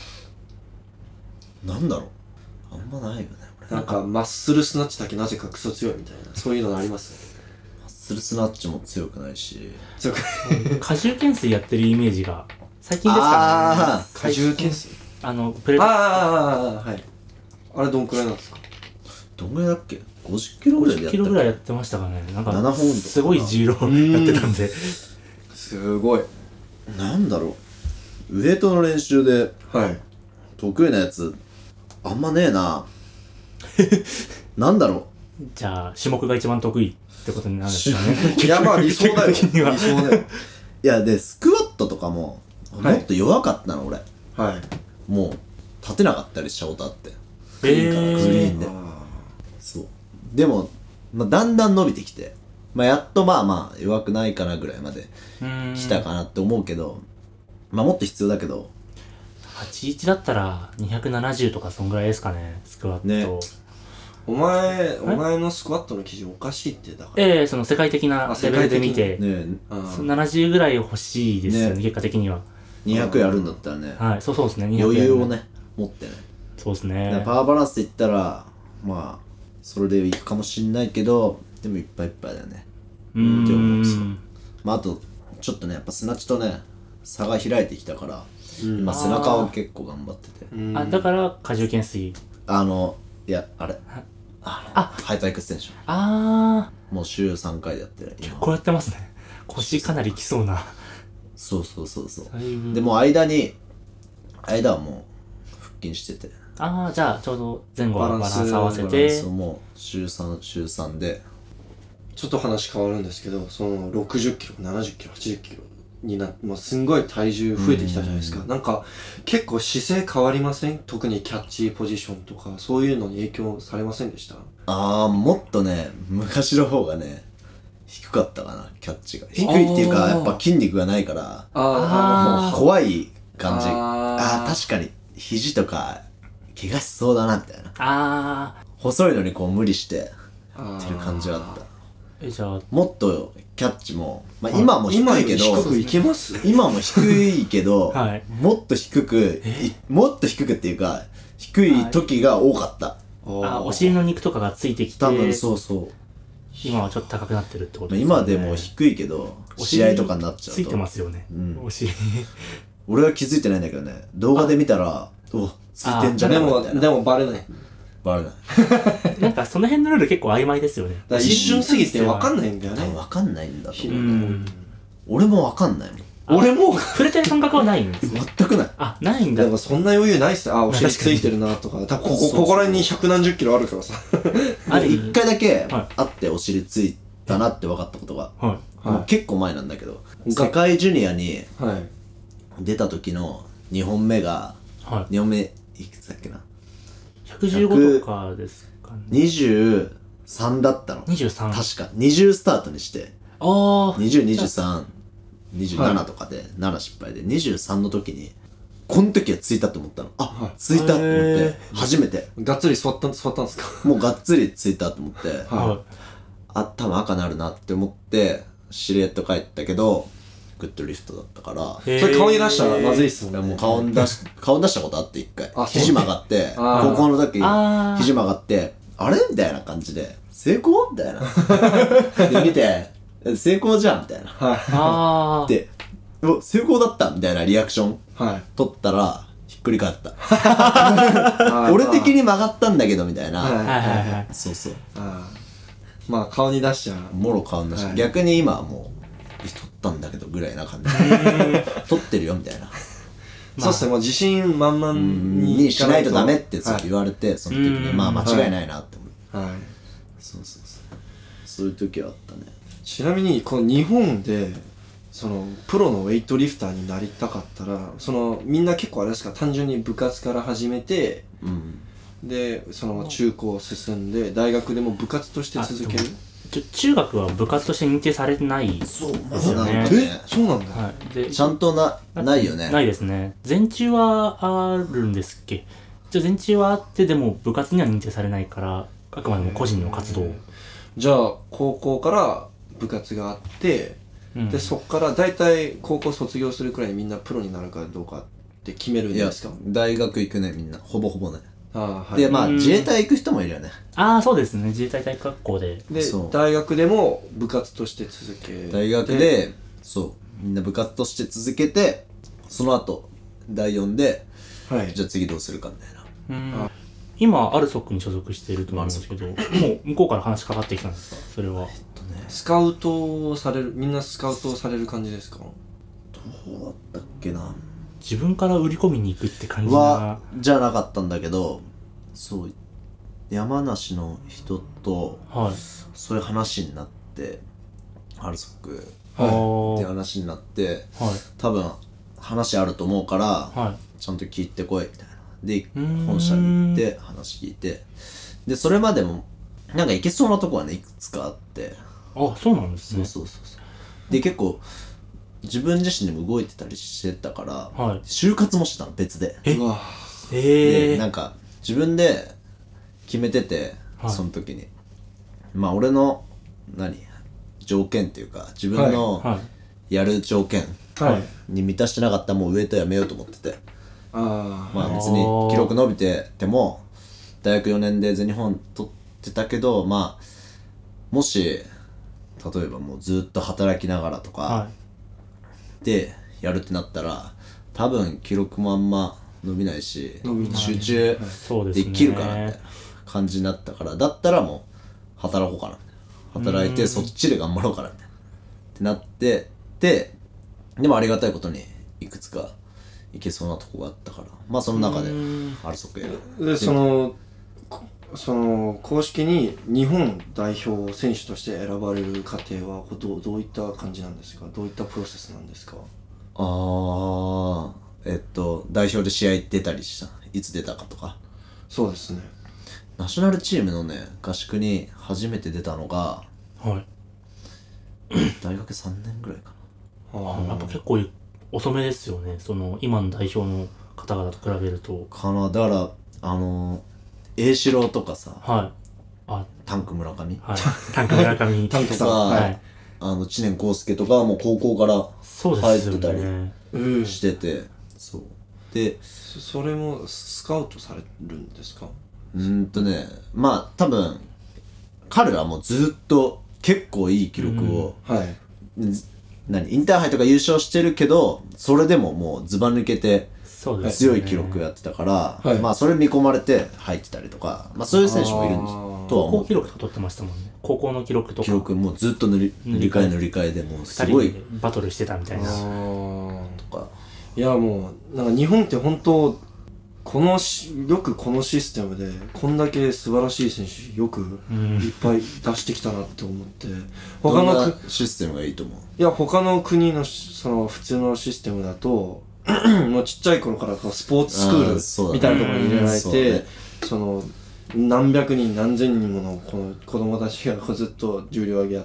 C: なんだろうあんまないよね俺
A: なんかマッスルスナッチだけなぜかクソ強いみたいなそういうのあります
C: マッスルスナッチも強くないし
A: 強く
B: ー荷重懸垂やってるイメージが最近ですか
C: あ
B: ね
A: 荷重懸垂
B: あのプレ
A: ああはいあれどんくらいなんですか。
C: どんぐらいだっけごじゅっキロぐらいでやった
B: ごじゅっキロぐらいやってましたかねなんか
C: ななほんとか
B: すごい重量やってたんです
A: ごい
C: なんだろうウエイトの練習で
A: はい
C: 得意なやつあんまねえななんだろ
B: じゃあ種目が一番得意っってことになるんですかね。
A: いやまあ理想だよ。理
B: 結果的には
A: 想だよ。
C: いやでスクワットとかももっと弱かったの、俺
A: はい。
C: もう立てなかったりしたことあって、
B: えー、
C: グリーンでそうでも、まあ、だんだん伸びてきて、まあ、やっとまあまあ弱くないかなぐらいまで来たかなって思うけど、まあもっと必要だけど
B: はちじゅういちだったらにひゃくななじゅうとかそんぐらいですかね、スクワット。
C: ね
A: お前、お前のスクワットの基準おかしいってだから。
B: ええー、その世界的なレベルで見て、
C: ね
B: ななじゅうぐらい欲しいですよね、
C: ね
B: 結果的には。
C: にひゃくやるんだったらね、
B: はい、そうそうですね、にひゃく
C: 余裕をね持ってね、
B: そうです
C: だから
B: ね。
C: パワーバランスで言ったらまあそれでいくかもしんないけど、でもいっぱいいっぱいだよね
B: うー
C: って思うさ。
B: ん。
C: まああとちょっとねやっぱスナッチとね差が開いてきたから、今背中を結構頑張ってて、
A: うん
B: あ、だから荷重懸垂。
C: あのいやあれあの
B: あ
C: ハイパーエクステンショ
B: あ
C: ンもう週さんかいでやってる
B: ー、
C: 今
B: こうやってますね。腰かなりきそうな。
C: そうそうそうそう
B: だいぶ
C: でもう間に間はもう腹筋してて、
B: ああ、じゃあちょうど前後はバランス合わせ
C: バラン
B: て
C: スを。もう週さん週さんで
A: ちょっと話変わるんですけど、そのろくじゅっキロ、ななじゅっキロ、はちじゅっキロになって、まあ、すんごい体重増えてきたじゃないですか。なんか、結構姿勢変わりません？特にキャッチポジションとか、そういうのに影響されませんでした？
C: ああもっとね昔の方がね低かったかな、キャッチが低いっていうか
A: あー
C: やっぱ筋肉がないから
B: あー
C: 怖い感じ。
A: あー
C: ああー確かに肘とか怪我しそうだなみたいな、
B: ああ、
C: 細いのにこう無理して
A: あ
C: ってる感じはあった。
B: え、じゃあ、
C: もっとキャッチも、まあ、今も低
A: 今
C: いけど
A: 低くいけます？
C: 今も低いけど、
B: はい
C: もっと低くいもっと低くっていうか低い時が多かった、
B: あ、お尻の肉とかがついてきて、
C: 多分そうそう
B: 今はちょっと高くなってるってことですね。
C: 今でも低いけど
B: お尻
C: 試合とかになっちゃうと
B: ついてますよね。
C: うん
B: お尻。
C: 俺は気づいてないんだけどね、動画で見たらおついてんじゃね
A: でも、
C: えかみたいな、
A: でもバレない。だか
C: バレない
B: なんかその辺のルール結構曖昧ですよね。
A: ら一瞬過ぎて分かんないんだよね。
C: 多分分かんないんだと
A: う
C: 思う、
B: ん。
C: 俺も分かんないもん
A: 俺も、
B: 触れてる感覚はないんですね。
C: 全くない。
B: あ、ないんだ
A: で。もそんな余裕ないっすよ。あ、お尻ついてるなとか。多分ここ、ここら辺に百何十キロあるからさ。
B: あれ
C: 一回だけ
B: はい
C: 会ってお尻ついたなって分かったことが、
B: は
C: もう結構前なんだけど、
A: が
C: 世界ジュニアに
A: はい。
C: 出た時のにほんめが、
B: い。はい。
C: にほんめいくつだっけな、
B: ひゃくじゅうごとかですかね。
C: にじゅうさんだったの。
B: にじゅうさん。
C: 確か。にじゅうスタートにして、
B: ああ。
C: にじゅう、にじゅうさん、にじゅうななとかで、なな失敗で、にじゅうさんの時に、この時はついたと思ったの。あ、
A: はい
C: ついたと思っ
B: へ
C: て、初めて。
A: がっつり座った、座ったんですか？
C: もうがっつりついたと思って、
B: は
C: あ、多分赤なるなって思って、シルエット帰ったけど、グッドリフトだったから、
B: い。へー
A: それ顔に出したらまずいっすもんね。
C: もう顔に出し、顔に出したことあって一回
A: あ。
C: 肘曲がって、
A: あー
C: 高校の時、
B: あー
C: 肘曲がって、あれみたいな感じで、成功みたいな。で、見て、成功じゃんみたいな。
A: はい。
B: ああ。
C: で、お成功だったみたいなリアクション
A: はい。
C: 取ったら、ひっくり返った。
A: あー
C: 俺的に曲がったんだけど、みたいな。
A: はい
B: はいはいはい。
C: そうそう。
A: あーまあ顔に出しちゃう。
C: もろ顔に出し、
A: はい
C: 逆に今はもう、取ったんだけどぐらいな感じ。取ってるよみたいな。
A: そうっすね、もう自信満々に
C: にしないとダメって
A: はい
C: 言われて、その時に、
B: うん
C: まあ間違いないなって思う。
A: はい。
C: そうそうそう。そういう時はあったね。
A: ちなみに、この日本で、その、プロのウェイトリフターになりたかったら、その、みんな結構あれですか、単純に部活から始めて、
C: うん。
A: で、その中高を進んで、大学でも部活として続ける。
B: ちょ中学は部活として認定されてない。
C: そう、
B: ですよね
C: なんかね
A: え、そうなんだ。
B: はい。で、
C: ちゃんとな、ないよね。
B: ないですね。全中はあるんですっけ。じゃあ全中はあって、でも部活には認定されないから、あくまでも個人の活動。
A: じゃあ、高校から部活があって、
B: うん
A: で、そっから大体高校卒業するくらいにみんなプロになるかどうかって決めるん
C: いや
A: ですか？、
C: 大学行くね、みんな。ほぼほぼね。
A: ああ、はい。
C: で、まあ、
B: うん
C: 自衛隊行く人もいるよね。
B: ああ、そうですね。自衛隊体育学校で。
A: で
C: そう
A: 大学でも部活として続け
C: 大学で、そう、みんな部活として続けて、その後、だいよんで、
A: はい
C: じゃあ次どうするかみたいな。
B: うん
A: あ
B: 今、アルソックに所属していると思うんですけど、もう向こうから話しかかってきたんですかそれは。
A: スカウトをされるみんなスカウトをされる感じですか？
C: どうだったっけな。
B: 自分から売り込みに行くって感じ
C: は
B: が。、
C: じゃなかったんだけど、そう、山梨の人と、
B: はい。
C: そういう話になって、 ってアルソック
B: はい
C: って話になって、
B: はい、
C: 多分話あると思うから、
B: はい、
C: ちゃんと聞いてこいみたいな。で
B: うーん
C: 本社に行って話聞いて、でそれまでもなんか行けそうなとこはねいくつかあって、
B: あ、そうなんですね。
C: そうそうそうそう。で結構自分自身でも動いてたりしてたから、
B: はい、
C: 就活もしてたの別で。
B: え
A: うわ
B: えー、
C: でなんか自分で決めてて、
B: はい、
C: その時にまあ俺の何条件っていうか自分のやる条件に満たしてなかったらもうウエイトやめようと思ってて、
A: あ
C: まあ別に記録伸びてても大学よねんで全日本取ってたけど、まあもし例えばもうずっと働きながらとか、
B: はい、
C: でやるってなったら多分記録もあんま伸びないし
A: 伸びない
C: 集中できるかなみたいな感じになったから、だったらもう働こうかなみたいな、働いてそっちで頑張ろうかなみたいなってなってで、でもありがたいことにいくつかいけそうなとこがあったから、まあその中でアルソックやる。
A: でそのその公式に日本代表選手として選ばれる過程はどう、どういった感じなんですか？どういったプロセスなんですか？
C: あーえっと代表で試合出たりした、いつ出たかとか。
A: そうですね。
C: ナショナルチームのね合宿に初めて出たのが、
B: はい、
C: 大学さんねんぐらいかな。
B: あやっぱ結構遅めですよね、その今の代表の方々と比べると。
C: かな。だからあの栄四郎とかさ、
B: はい、あ、
C: タンク村上、
B: はい、タンク村上
A: タンクさん、
C: さあ、
B: はい、
C: あの知念康介とかはもう高校から入ってたり
A: うん
C: してて、そうで
A: そそれもスカウトされるんですか？
C: うーんとねまあ多分彼らもずっと結構いい記録を、
A: はい
C: ず何インターハイとか優勝してるけどそれでももうずば抜けて
B: そうですね
C: 強い記録やってたから、
A: はい
C: まあそれ見込まれて入ってたりとか、まあそういう選手もいるんですとは
B: 高
C: 思う。
B: 校記録とか取ってましたもんね。高校の記録とか
C: 記録もうずっと塗り塗り替え塗り替えでもうすごい
B: ふたりでバトルしてたみたいな。
A: あー
C: とか。
A: いやもうなんか日本って本当このしよくこのシステムでこんだけ素晴らしい選手よくいっぱい出してきたなって思って、他の
C: どん
A: く
C: なシステムがいいと思う？
A: いや他の国のしその普通のシステムだともうちっちゃい頃からこうスポーツスク
C: あーそうだね
A: ールみたいなところに入れられ
C: そう
A: て、
C: ね
A: その何百人何千人ものこの子供たちがこうずっと重量上げやって、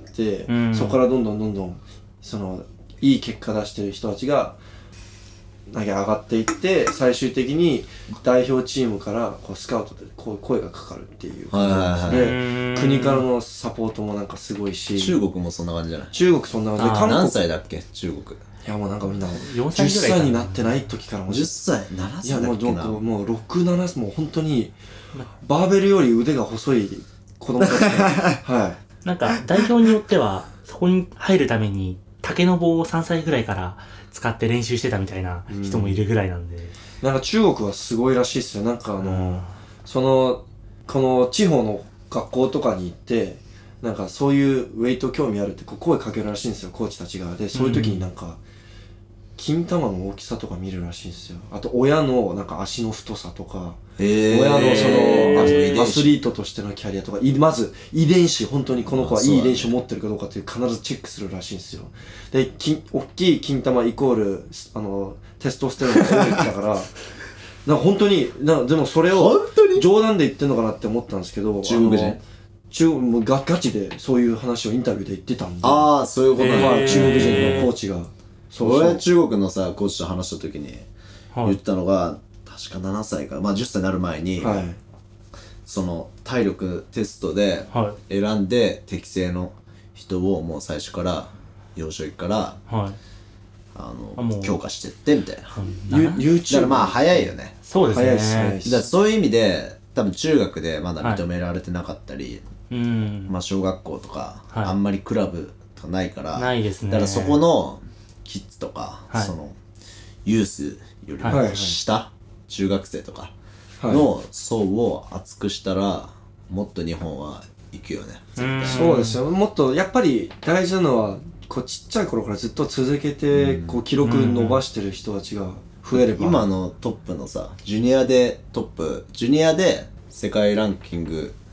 B: うん
A: そこからどんどんどんどんそのいい結果出してる人たちが投げ上がっていって最終的に代表チームからこうスカウトでこう声がかかるっていう
C: はいはいはい
A: で、国からのサポートもなんかすごいし、
C: 中国もそんな感じじゃない？
A: 中国そんな感じで
B: あー
A: 韓国
C: 何歳だっけ中国？
A: いやもうなんかみんな
B: よんさい
A: じゅっ
B: ぐらいかな
A: さいになってない時からもう
C: じゅっさいなない
A: やもうど
C: 歳だっけな。
A: こもうろく、ななもう本当にバーベルより腕が細い子供たちがは
B: なんか代表によってはそこに入るために竹の棒をさんさいぐらいから使って練習してたみたいな人もいるぐらいなんで、
A: いなんか中国はすごいらしいっすよ。なんかあの、
B: うん、
A: そのこの地方の学校とかに行ってなんかそういうウェイト興味あるってこう声かけるらしいんですよコーチたちが。でそういう時になんか、金玉の大きさとか見るらしいんですよ。あと親のなんか足の太さとか、
C: へー
A: 親のそのアス
C: 遺伝子
A: アスリートとしてのキャリアとか、いまず遺伝子、本当にこの子はいい遺伝子を持ってるかどうかっていう必ずチェックするらしいんですよ。で、き大きい金玉イコールあのテストステロンが多いだからなんか本当になでもそれを冗談で言ってんのかなって思ったんですけど、
C: 中国人
A: 中国もうガガチでそういう話をインタビューで言ってたんで、
C: ああそういうこと
B: へー
C: ね。
A: まあ中国人のコーチがそうそう
C: 俺中国のさコーチと話した時に
B: はい
C: 言ったのが、確かななさいかまあじゅっさいになる前に、
A: はい
C: その体力テストで
B: は
C: 選んで適正の人をもう最初から幼少期から
B: いはい
C: あ
B: あもう
C: の強化してってみたいな。
A: ユ
B: な
C: だ
A: YouTube
C: からまあ早いよね。
B: そうですね。
A: 早いっす早いっす
C: だからそういう意味で多分中学でまだ認められてなかったり、
B: うん、
C: まあ小学校とか、
B: はい
C: あんまりクラブとかないから
B: ないですね。
C: だからそこのキッズとか、
B: はい
C: そのユースより
A: はいはい
C: も下、中学生とか
A: はい
C: の層を厚くしたらもっと日本は行くよね。
B: うん
A: そうですよ。もっとやっぱり大事なのはこうちっちゃい頃からずっと続けて、
C: うん
A: こう記録伸ばしてる人たちが増えれば、
C: 今のトップのさジュニアでトップジュニアで世界ランキング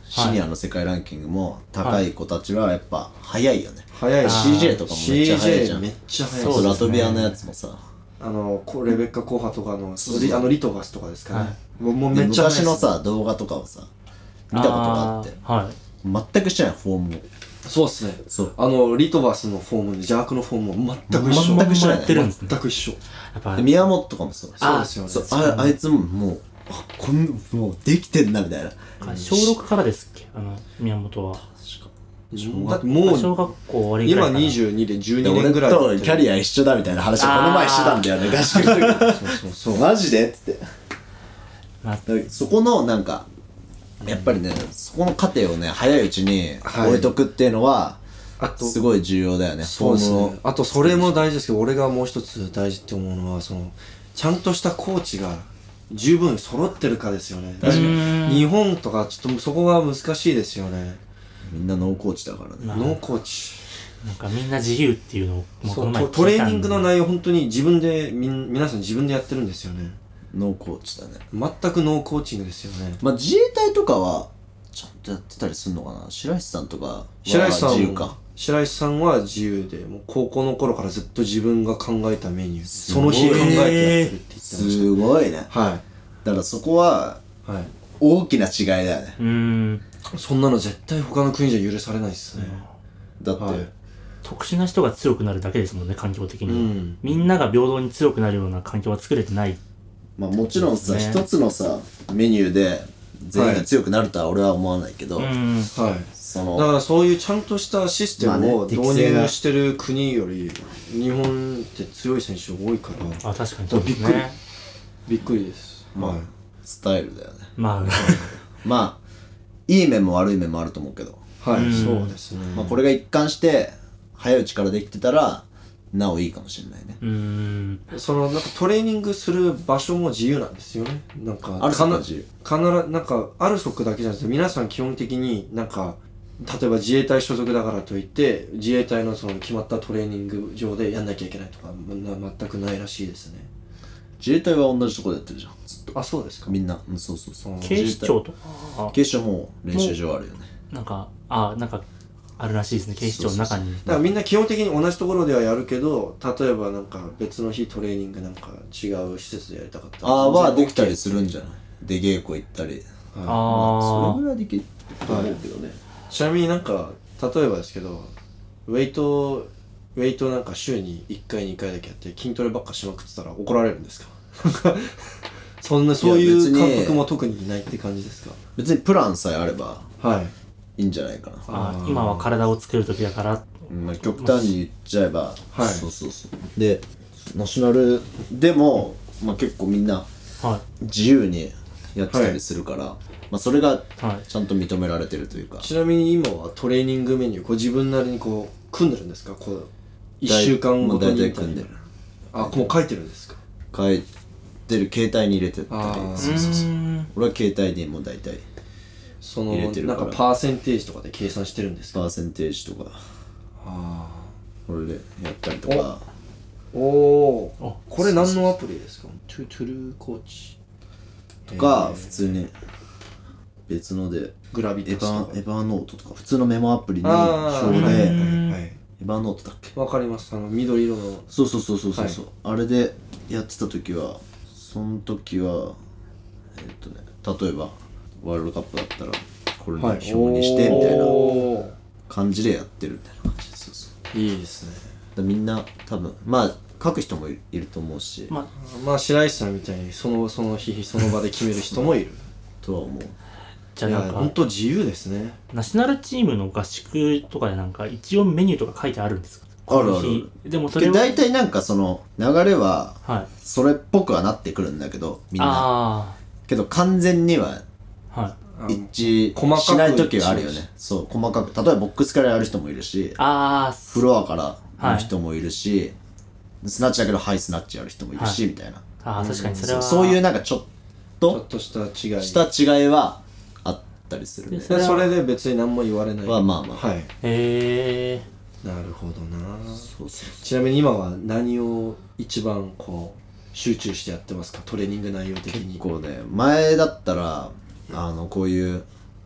C: シニアの世界ランキングも高い子たちはやっぱ速いよね。
A: 早いし
C: シージェー とかもめっちゃ速いじゃん。
A: めっちゃ速い
C: そう、ラトビアのやつもさ。
A: あのこレベッカ・コーハとかのリあのリトバスとかですかね、もうもうめ
C: で
A: っちゃ速い
C: 昔のさ、動画とかをさ、見たことがあって、
B: あーはい
C: 全く一緒やん、フォームも。
A: そうっすね。
C: そう
A: あのリトバスのフォームで邪悪のフォームも全く一緒。
C: 全く一緒やね
B: やってるんですね
A: 全く一緒。
B: やっぱ
C: で宮本とかもそう。
A: そうですよね。
C: そう、ああいつももう、あ、こん、もうできてんなみたいな。
B: 小ろくからですっけ、あの宮本は。
A: だってもう
B: 小学校終わりぐらい
A: 今
B: かな。
A: にじゅうにでじゅうに
C: で俺
A: ねんぐらい
C: とキャリア一緒だみたいな話をこの前してたんだよね、合宿の時に。
A: そうそうそう。
C: マジでっつって。
B: まあ
C: だからそこのなんか、やっぱりね、そこの過程をね、早いうちに
A: はい
C: 置いとくっていうのは、
A: あと
C: すごい重要だよね。
A: そうです
C: フォームを。
A: ね。あとそれも大事ですけど、俺がもう一つ大事って思うのはそのちゃんとしたコーチが十分揃ってるかですよね。
C: 確かに
B: うん
A: 日本とかちょっとそこが難しいですよね。
C: みんなノーコーチだからね。
B: まあ
A: ノーコーチ。
B: なんかみんな自由っていうのをもうこ
A: そう
B: の前聞いた
A: トトレーニングの
B: 内
A: 内容本当に自分でみん皆さん自分でやってるんですよね。
C: ノーコーチだね。
A: 全くノーコーチングですよね。
C: まあ自衛隊とかは、ちゃんとやってたりするのかな。白石さんとかは
A: 白石さん
C: 自由か。
A: 白石さんは自由で、もう高校の頃からずっと自分が考えたメニュー、
C: すごい
A: その日考えてやってるって言ってまし
C: すごいね。
A: た。はい。
C: だからそこは、
A: はい。
C: 大きな違いだよね。
B: うーん
A: そんなの絶対他の国じゃ許されないですね。
C: だって、
A: はい
B: 特殊な人が強くなるだけですもんね、環境的には、
A: うん
B: みんなが平等に強くなるような環境は作れてない。
C: まあもちろんさ、
B: ね
C: 一つのさ、メニューで全員が強くなるとは俺は思わないけど、
B: うーん
A: はい。
C: その、
A: だからそういうちゃんとしたシステムを
C: まあね
A: 導
C: 適正な
A: 入してる国より日本って強い選手多いから
B: あ確かにそうです
A: びっくり
B: ね。
A: びっくりです。
C: まあ
A: はい。
C: スタイルだよね。
B: まあ
C: まあ、いい面も悪い面もあると思うけど、
A: はい、
B: うん
A: そうですね。
C: まあこれが一貫して、早いうちからできてたら、なおいいかもしれないね。
B: うーん
A: そのなんかトレーニングする場所も自由なんですよね。なんか
C: ある
A: かな
C: 自由。
A: 必ずなんかある職だけじゃなくて皆さん基本的になんか例えば自衛隊所属だからといって自衛隊のその決まったトレーニング場でやんなきゃいけないとかな全くないらしいですね。
C: 自衛隊は同じところでやってるじゃん、ずっと。
A: あ、そうですか。
C: みんな、うん、そうそうそう。
B: 警視庁とか
C: 警視庁も練習場あるよね。
B: なんかあなんかあるらしいですね、警視庁の中に。
A: だからみんな基本的に同じところではやるけど、例えばなんか別の日トレーニングなんか違う施設でやりたかったら
C: ああ、はできたり
A: る。
C: するんじゃないで、稽古行ったり。
A: はい
C: まあ、そ
B: あ
C: れぐらいできると思うけどね。
A: ちなみになんか例えばですけどウェイトウェイトなんか週にいっかいにかいだけやって筋トレばっかしまくってたら怒られるんですか？そんなそうい
C: いや別に
A: う感覚も特にないって感じですか？
C: 別にプランさえあれば
A: はい
C: いいんじゃないかな。
B: あー今は体を作る時だから。
C: うんまあ、極端に言っちゃえば、
A: はい
C: そうそうそう。で、ナショナルでも、まあ、結構みんな
B: は
C: 自由にやってたりするから、まあ、それが
B: いはい
C: ちゃんと認められてるというか。
A: ちなみに今はトレーニングメニューこう自分なりにこう組んでるんですか？こういっしゅうかんごとに
C: まあ大体組んでる。
A: あ、もう書いてるんですか？
C: 書いてる携帯に入れてたり
A: あー
C: そうそうそう
B: ーん
C: 俺は携帯にもう大体
A: その
C: 入れてるから
A: なんかパーセンテージとかで計算してるんですか？
C: パーセンテージとか
A: あ
C: これでやったりとか
A: ーお
B: あ
A: おこれ何のアプリですか？トゥトゥルーコーチ
C: とか
A: えー
C: 普通に別ので
A: グラビ
C: エ
A: タスとか
C: バエバーノートとか普通のメモアプリに
A: あー
C: 表で
A: はい
C: エ
B: ん
A: はいはい
C: バーノートだっけ
A: わかります。あの緑色の
C: そうそうそうそうそうそう、あれでやってた時はその時はえっとね例えばワールドカップだったらこれに表にしてみたいな
A: おー
C: 感じでやってるみたいな感じそうそう
A: いいですね。
C: だからみんな多分まあ書く人もいいると思うし、
B: まあ
A: まあ白石さんみたいにそのその日その場で決める人もいる。
C: とは思う。
A: いや
B: じゃあなんか
A: 本当自由ですね。
B: ナショナルチームの合宿とかでなんか一応メニューとか書いてあるんですか？
C: あるある
B: この日でもそれ
C: で
B: を
C: 大体なんかその流れは
B: はい
C: それっぽくはなってくるんだけどみんな
B: あ
C: けど完全には
B: あはい
A: あ
C: 一
A: 細かく
C: 致しない時はあるよ
A: 一致
C: ね。そう細かく例えばボックスからやる人もいるし
B: ああ
C: フロアからの人もいるし、スナッチだけどハイスナッチやる人もいるし、みたいな
B: ああ確かにそれは
C: そうそういうなんかちょっ
A: ちょっ
C: と
A: とした違い。
C: した違いはあったりするね
B: で
A: でそれで別に何も言われない。
C: はまあまあ
A: はい。
B: へえ
A: なるほどな。
C: そうそう
A: ちなみに今は何を一番こう集中してやってますか？トレーニング内容的に。
C: 結構ね前だったらあのこういう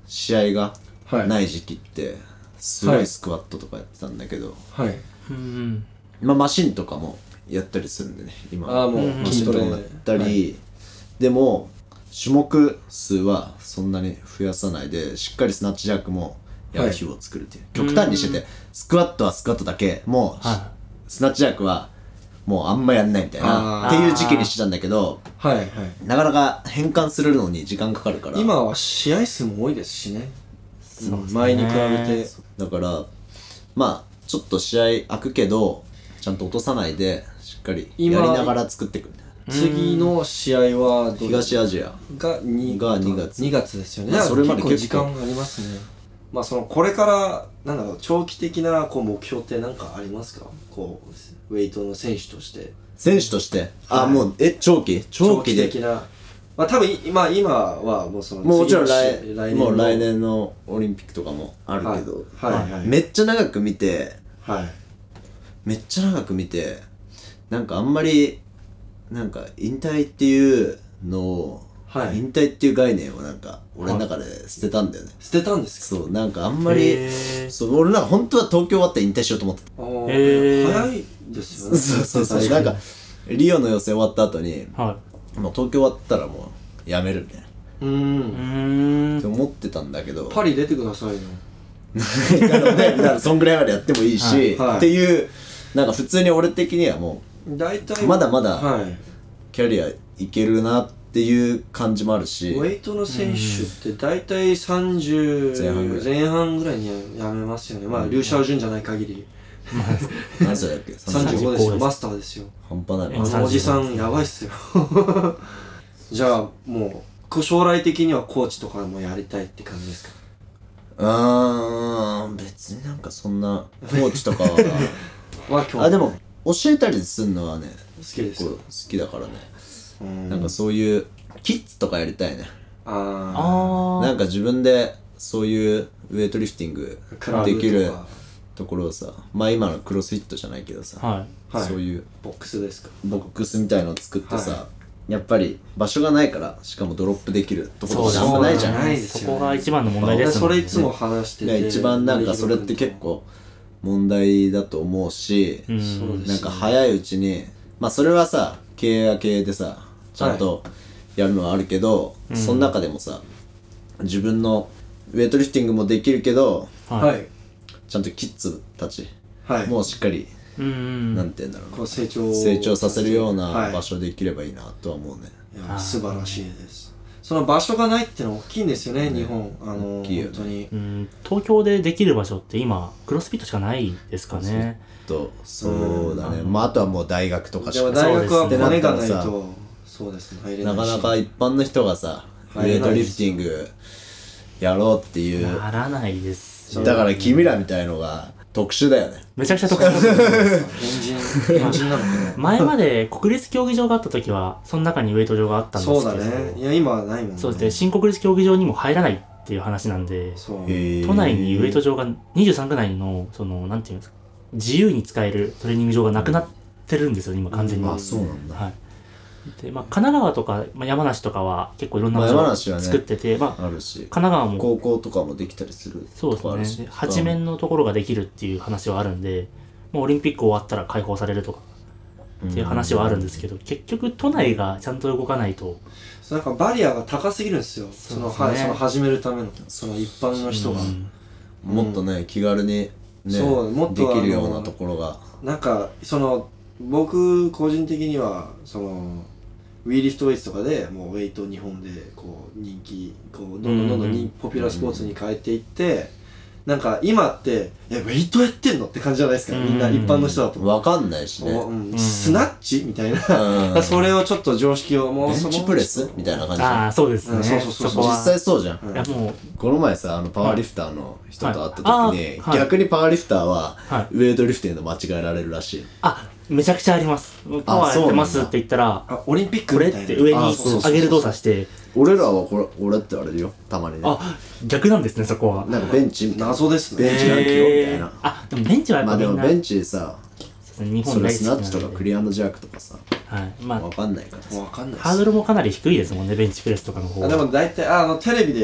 C: 試合が
A: はい
C: ない時期ってすごいスクワットとかやってたんだけど、
A: はい
B: うん
C: まあマシンとかもやったりするんでね今
A: ああもう
B: うん
C: マシン
A: 筋トレ
C: とかもやったり、
A: はい
C: でも種目数はそんなに増やさないでしっかりスナッチジャックもやる日を作るっていう、極端にしててスクワットはスクワットだけもう、
B: は
C: スナッチジャックはもうあんまやんないみたいな
A: あ
C: っていう時期にしてたんだけど、
A: はいはい
C: なかなか変換するのに時間かかるから
A: 今は試合数も多いですしね
B: そうですね
A: 前に比べて
C: だからまあちょっと試合空くけどちゃんと落とさないでしっかりやりながら作っていくんだよ。
A: 次の試合はどう
C: 東アジア
A: がに
C: がにがつ
A: にがつですよね、
C: まあそれまで
A: 結構時
C: 結構
A: 間ありますね。まあそのこれからなんだろう長期的なこう目標って何かありますか、こうウェイトの選手として
C: 選手としてあ、
A: はい
C: もうえ長期長期で
A: 的な、まあ多分今今はもうその
C: もうもちろん
A: 次
C: 来
A: のし
C: もう来
A: の
C: 年のオリンピックとかもあるけど、
A: はいはいはい
C: めっちゃ長く見て
A: はい
C: めっちゃ長く見てなんかあんまりなんか引退っていうのを、
A: はい
C: 引退っていう概念をなんか俺の中で捨てたんだよね、
A: 捨てたんですか。
C: そうなんかあんまり
B: へー
C: そう俺なんか本当は東京終わって引退しようと思ってた
A: あー
B: へー
A: 早いですよね。
C: そうそうそう
A: 確かに
C: なんかリオの予選終わった後に
B: は
C: もう東京終わったらもうやめるみたいな
A: う
B: い。うんーん。
C: って思ってたんだけど
A: パリ出てくださいよ。
C: なのでだからそんぐらいまでやってもいいし、
A: はいはい
C: っていうなんか普通に俺的にはも
A: 大体
C: まだまだ
A: はい、
C: うキャリアいけるなっていう感じもあるし
A: ウェイトの選手って大体さんじゅう
C: 前半ぐらい
A: 前半ぐらいにやめますよね。まあリュウ・シャオジュンじゃない限り
C: 何歳だっけ
A: さんじゅうご
C: さんじゅうご
A: ですよ。マスターですよ。
C: 半端ない
B: え
C: な
A: あのおじさんやばいっすよ。じゃあもうこう将来的にはコーチとかもやりたいって感じですか。
C: うーん別になんかそんなコーチとかは
A: は今日
C: あでも教えたりするのはね
A: 好きですか。
C: 結構好きだからね、
A: うん
C: なんかそういうキッズとかやりたいね
A: あ
B: あ
C: なんか自分でそういうウェイトリフティング
A: ークラブ
C: できる
A: とか
C: ところをさまあ今のクロスフィットじゃないけどさ、
B: あ。はい。
A: はい
C: そういう
A: ボックスですか。
C: ボックスみたいのを作ってさ、
A: は
C: やっぱり場所がないからしかもドロップできるところ
B: そう
C: があんまないじゃない
A: そうないですよね
B: そこが一番の問題ですもんね。
A: それいつも話してて
C: ね一番なんかそれって結構問題だと思うし、
B: うん。
A: そうです
C: なんか早いうちにまあそれはさ経営は経営でさちゃんとやるのはあるけど、
B: うん
C: その中でもさ自分のウェイトリフティングもできるけど
B: はい。
A: はい
C: ちゃんとキッズたち
A: はい
C: もうしっかり、
B: うんうん。
C: なんて言うんだろうな
A: こう成長
C: 成長させるような
A: はい
C: 場所できればいいなとは思うね、
A: いや素晴らしいです。その場所がないってのは大きいんですよね、
C: ね
A: 日本。あの
C: 大きいよね
A: 本当に。
B: うん、東京でできる場所って今、クロスフィットしかないですかね。
C: とそうだね、まああとはもう大学とかしか
A: でも大学は
B: そうですね
A: 骨がない
C: ってなったら
A: と、そうですね、入れなし。
C: ないかなか一般の人がさウ
A: 入れない
C: ェイトリフティングやろうっていう
B: ならないですよ。
C: だから君らみたいのが特殊だよね
B: めちゃくちゃ特殊です。
A: 変人、変人なのかな。
B: 前まで国立競技場があった時は、その中にウェイト場があったんですけど、
A: そうだね。いや、今はないもんね。
B: そうですね、新国立競技場にも入らないっていう話なんで、
A: そう。
C: へー
B: 都内にウェイト場がにじゅうさん区内の、その、なんていうんですか、自由に使えるトレーニング場がなくなってるんですよ、今完全に。
C: あそうなんだ、
B: はい。で、まあ、神奈川とか、まあ、山梨とかは結構いろんな
C: まあ
B: 場所を
C: 山梨はね
B: 作ってて、まあ、
C: あるし
B: 神奈川も
C: 高校とかもできたりする
B: そう
C: とこあるし
B: ですね。で八面のところができるっていう話はあるんで、もうオリンピック終わったら解放されるとかっていう話はあるんですけど、結局都内がちゃんと動かないと、
A: なんかバリアが高すぎるんですよ。その、
B: そうですね
A: はい、その始めるための、その一般の人が。
B: うん
C: もっとね気軽にね
A: そうもっと
C: できるようなところが
A: なんか、その、僕、個人的には、その、ウィーリフトウェイツとかでもうウェイト日本でこう人気こうどんどんどんどん人ポピュラースポーツに変えていってなんか今ってえウェイトやってんのって感じじゃないですかみんな一般の人だと
C: 分かんないしね
A: おうん
B: うん
A: スナッチみたい
C: うん
A: なそれをちょっと常識をもう
C: ベ
A: その
C: ンチプレスみたいな感じ
B: ああ、そうですね。
A: うんそうそうそう
C: 実
B: そこは。
C: 際そうじゃん、
A: うん
B: いやもう、
C: この前さあのパワーリフターの人と会った時に、
B: はいあはい
C: 逆にパワーリフターは、
B: はい
C: ウェイトリフティングと間違えられるらしい
B: あ、めちゃくちゃあります。パワーやってますって言ったら、
A: あオリンピック
B: これ
A: みたいな
B: って上に
C: あそうそうそう
B: 上げる動作して、
C: 俺らはこれ俺ってあれよたまにね
B: あ、逆なんですね、そこは。
C: なんかベンチみたいな
A: 謎ですね
C: ベンチ何キロみたいな
B: あ、でもベンチはやっぱみんな、
C: まあでもベンチさ
B: そうですね日
C: それ
B: 本大好きなんで
C: スナッチとかクリアンドジャークとかさ
B: はい。まあ、
C: わかんないからさ
A: もうわかんないです
B: ハードルもかなり低いですもんね、ベンチプレスとかの方は。
A: あでも大体ああのテレビで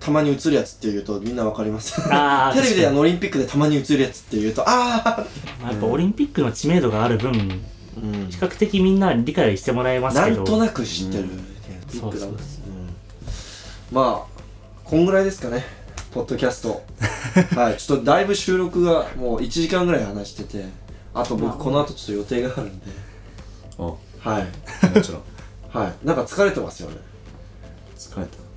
A: たまに映るやつっていうとみんなわかります
B: あ
A: テレビであのオリンピックでたまに映るやつっていうとああ
B: やっぱオリンピックの知名度がある分、うん、比較的みんな理解してもらえますけど、
A: なんとなく知ってる、うん、ビッグだもん、うん、まあこんぐらいですかねポッドキャストはいちょっとだいぶ収録がもういちじかんぐらい話してて、あと僕この後ちょっと予定があるんで、
C: お
A: はい
C: もちろん
A: はいなんか疲れてますよね
C: 疲れた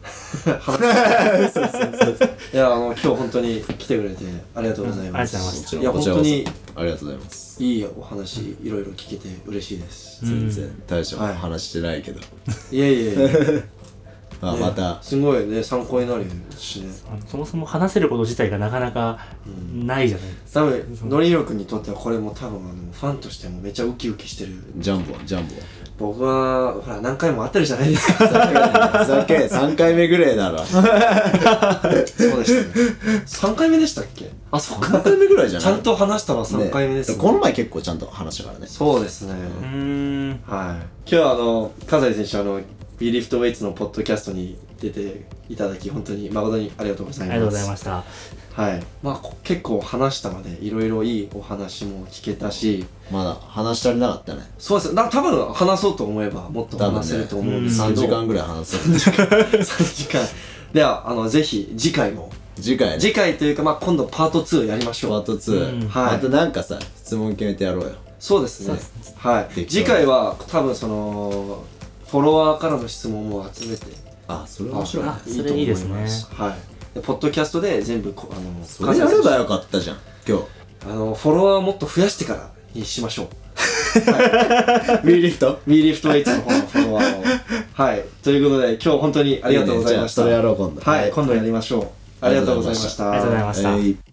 A: いやあの今日本当に来てくれてありがとうございます、
B: うん、ありがとうございます。
A: いや本当に
C: ありがとうございます。
A: いいお話いろいろ聞けて嬉しいです、
C: 全然大した話してないけど、
A: いやいやいや
C: あ、
A: ね、
C: また
A: すごいね参考になるしね。
B: そもそも話せること自体がなかなかないじゃないですか、
A: うん、多分のりひろくんにとってはこれも多分あのファンとしてもめっちゃウキウキしてる。
C: ジャンボはジャンボは
A: 僕はほら何回も会ってるじゃないですか
C: ふざけさんかいめぐらいだろ
A: そうでしたねさんかいめでしたっけ。あ、そっか
C: さんかいめぐらいじゃない
A: ちゃんと話したのはさんかいめですね。
C: ね、この前結構ちゃんと話したからね。
A: そうですね。
B: うーん、
A: はい。今日はあの葛西選手あの B リフトウェイツのポッドキャストに出ていただき本当に誠にありがとうございます。
B: ありがとうございました。
A: はい。まあ結構話したのでいろいろいいお話も聞けたし、
C: まだ話し足りなかったね。
A: そうです。な多分話そうと思えばもっと話せると思うんですけど、
C: さんじかんぐらい話せる。
A: さんじかん。ではあのぜひ次回も
C: 次回ね。
A: 次回というかまあ今度パートツーやりましょう。
C: パートツー、
B: うん、
A: はい。
C: またなんかさ質問決めてやろうよ。
A: そうですね。はい。次回は多分そのフォロワーからの質問も集めて、
C: あ、それ面白いね。
B: それいいですね。
A: はい。でポッドキャストで全部こあの
C: それやればよかったじゃん今日。
A: あのフォロワーをもっと増やしてからにしましょう。
C: はい、B リフト
A: B リフトウェイツの方のフォロワーをはいということで今日本当にありがとうございました。
C: いいね、じゃあそれやろう今度。
A: はい、はい、今度やりましょう。ありがとうございました。
B: ありがとうございました。
C: はい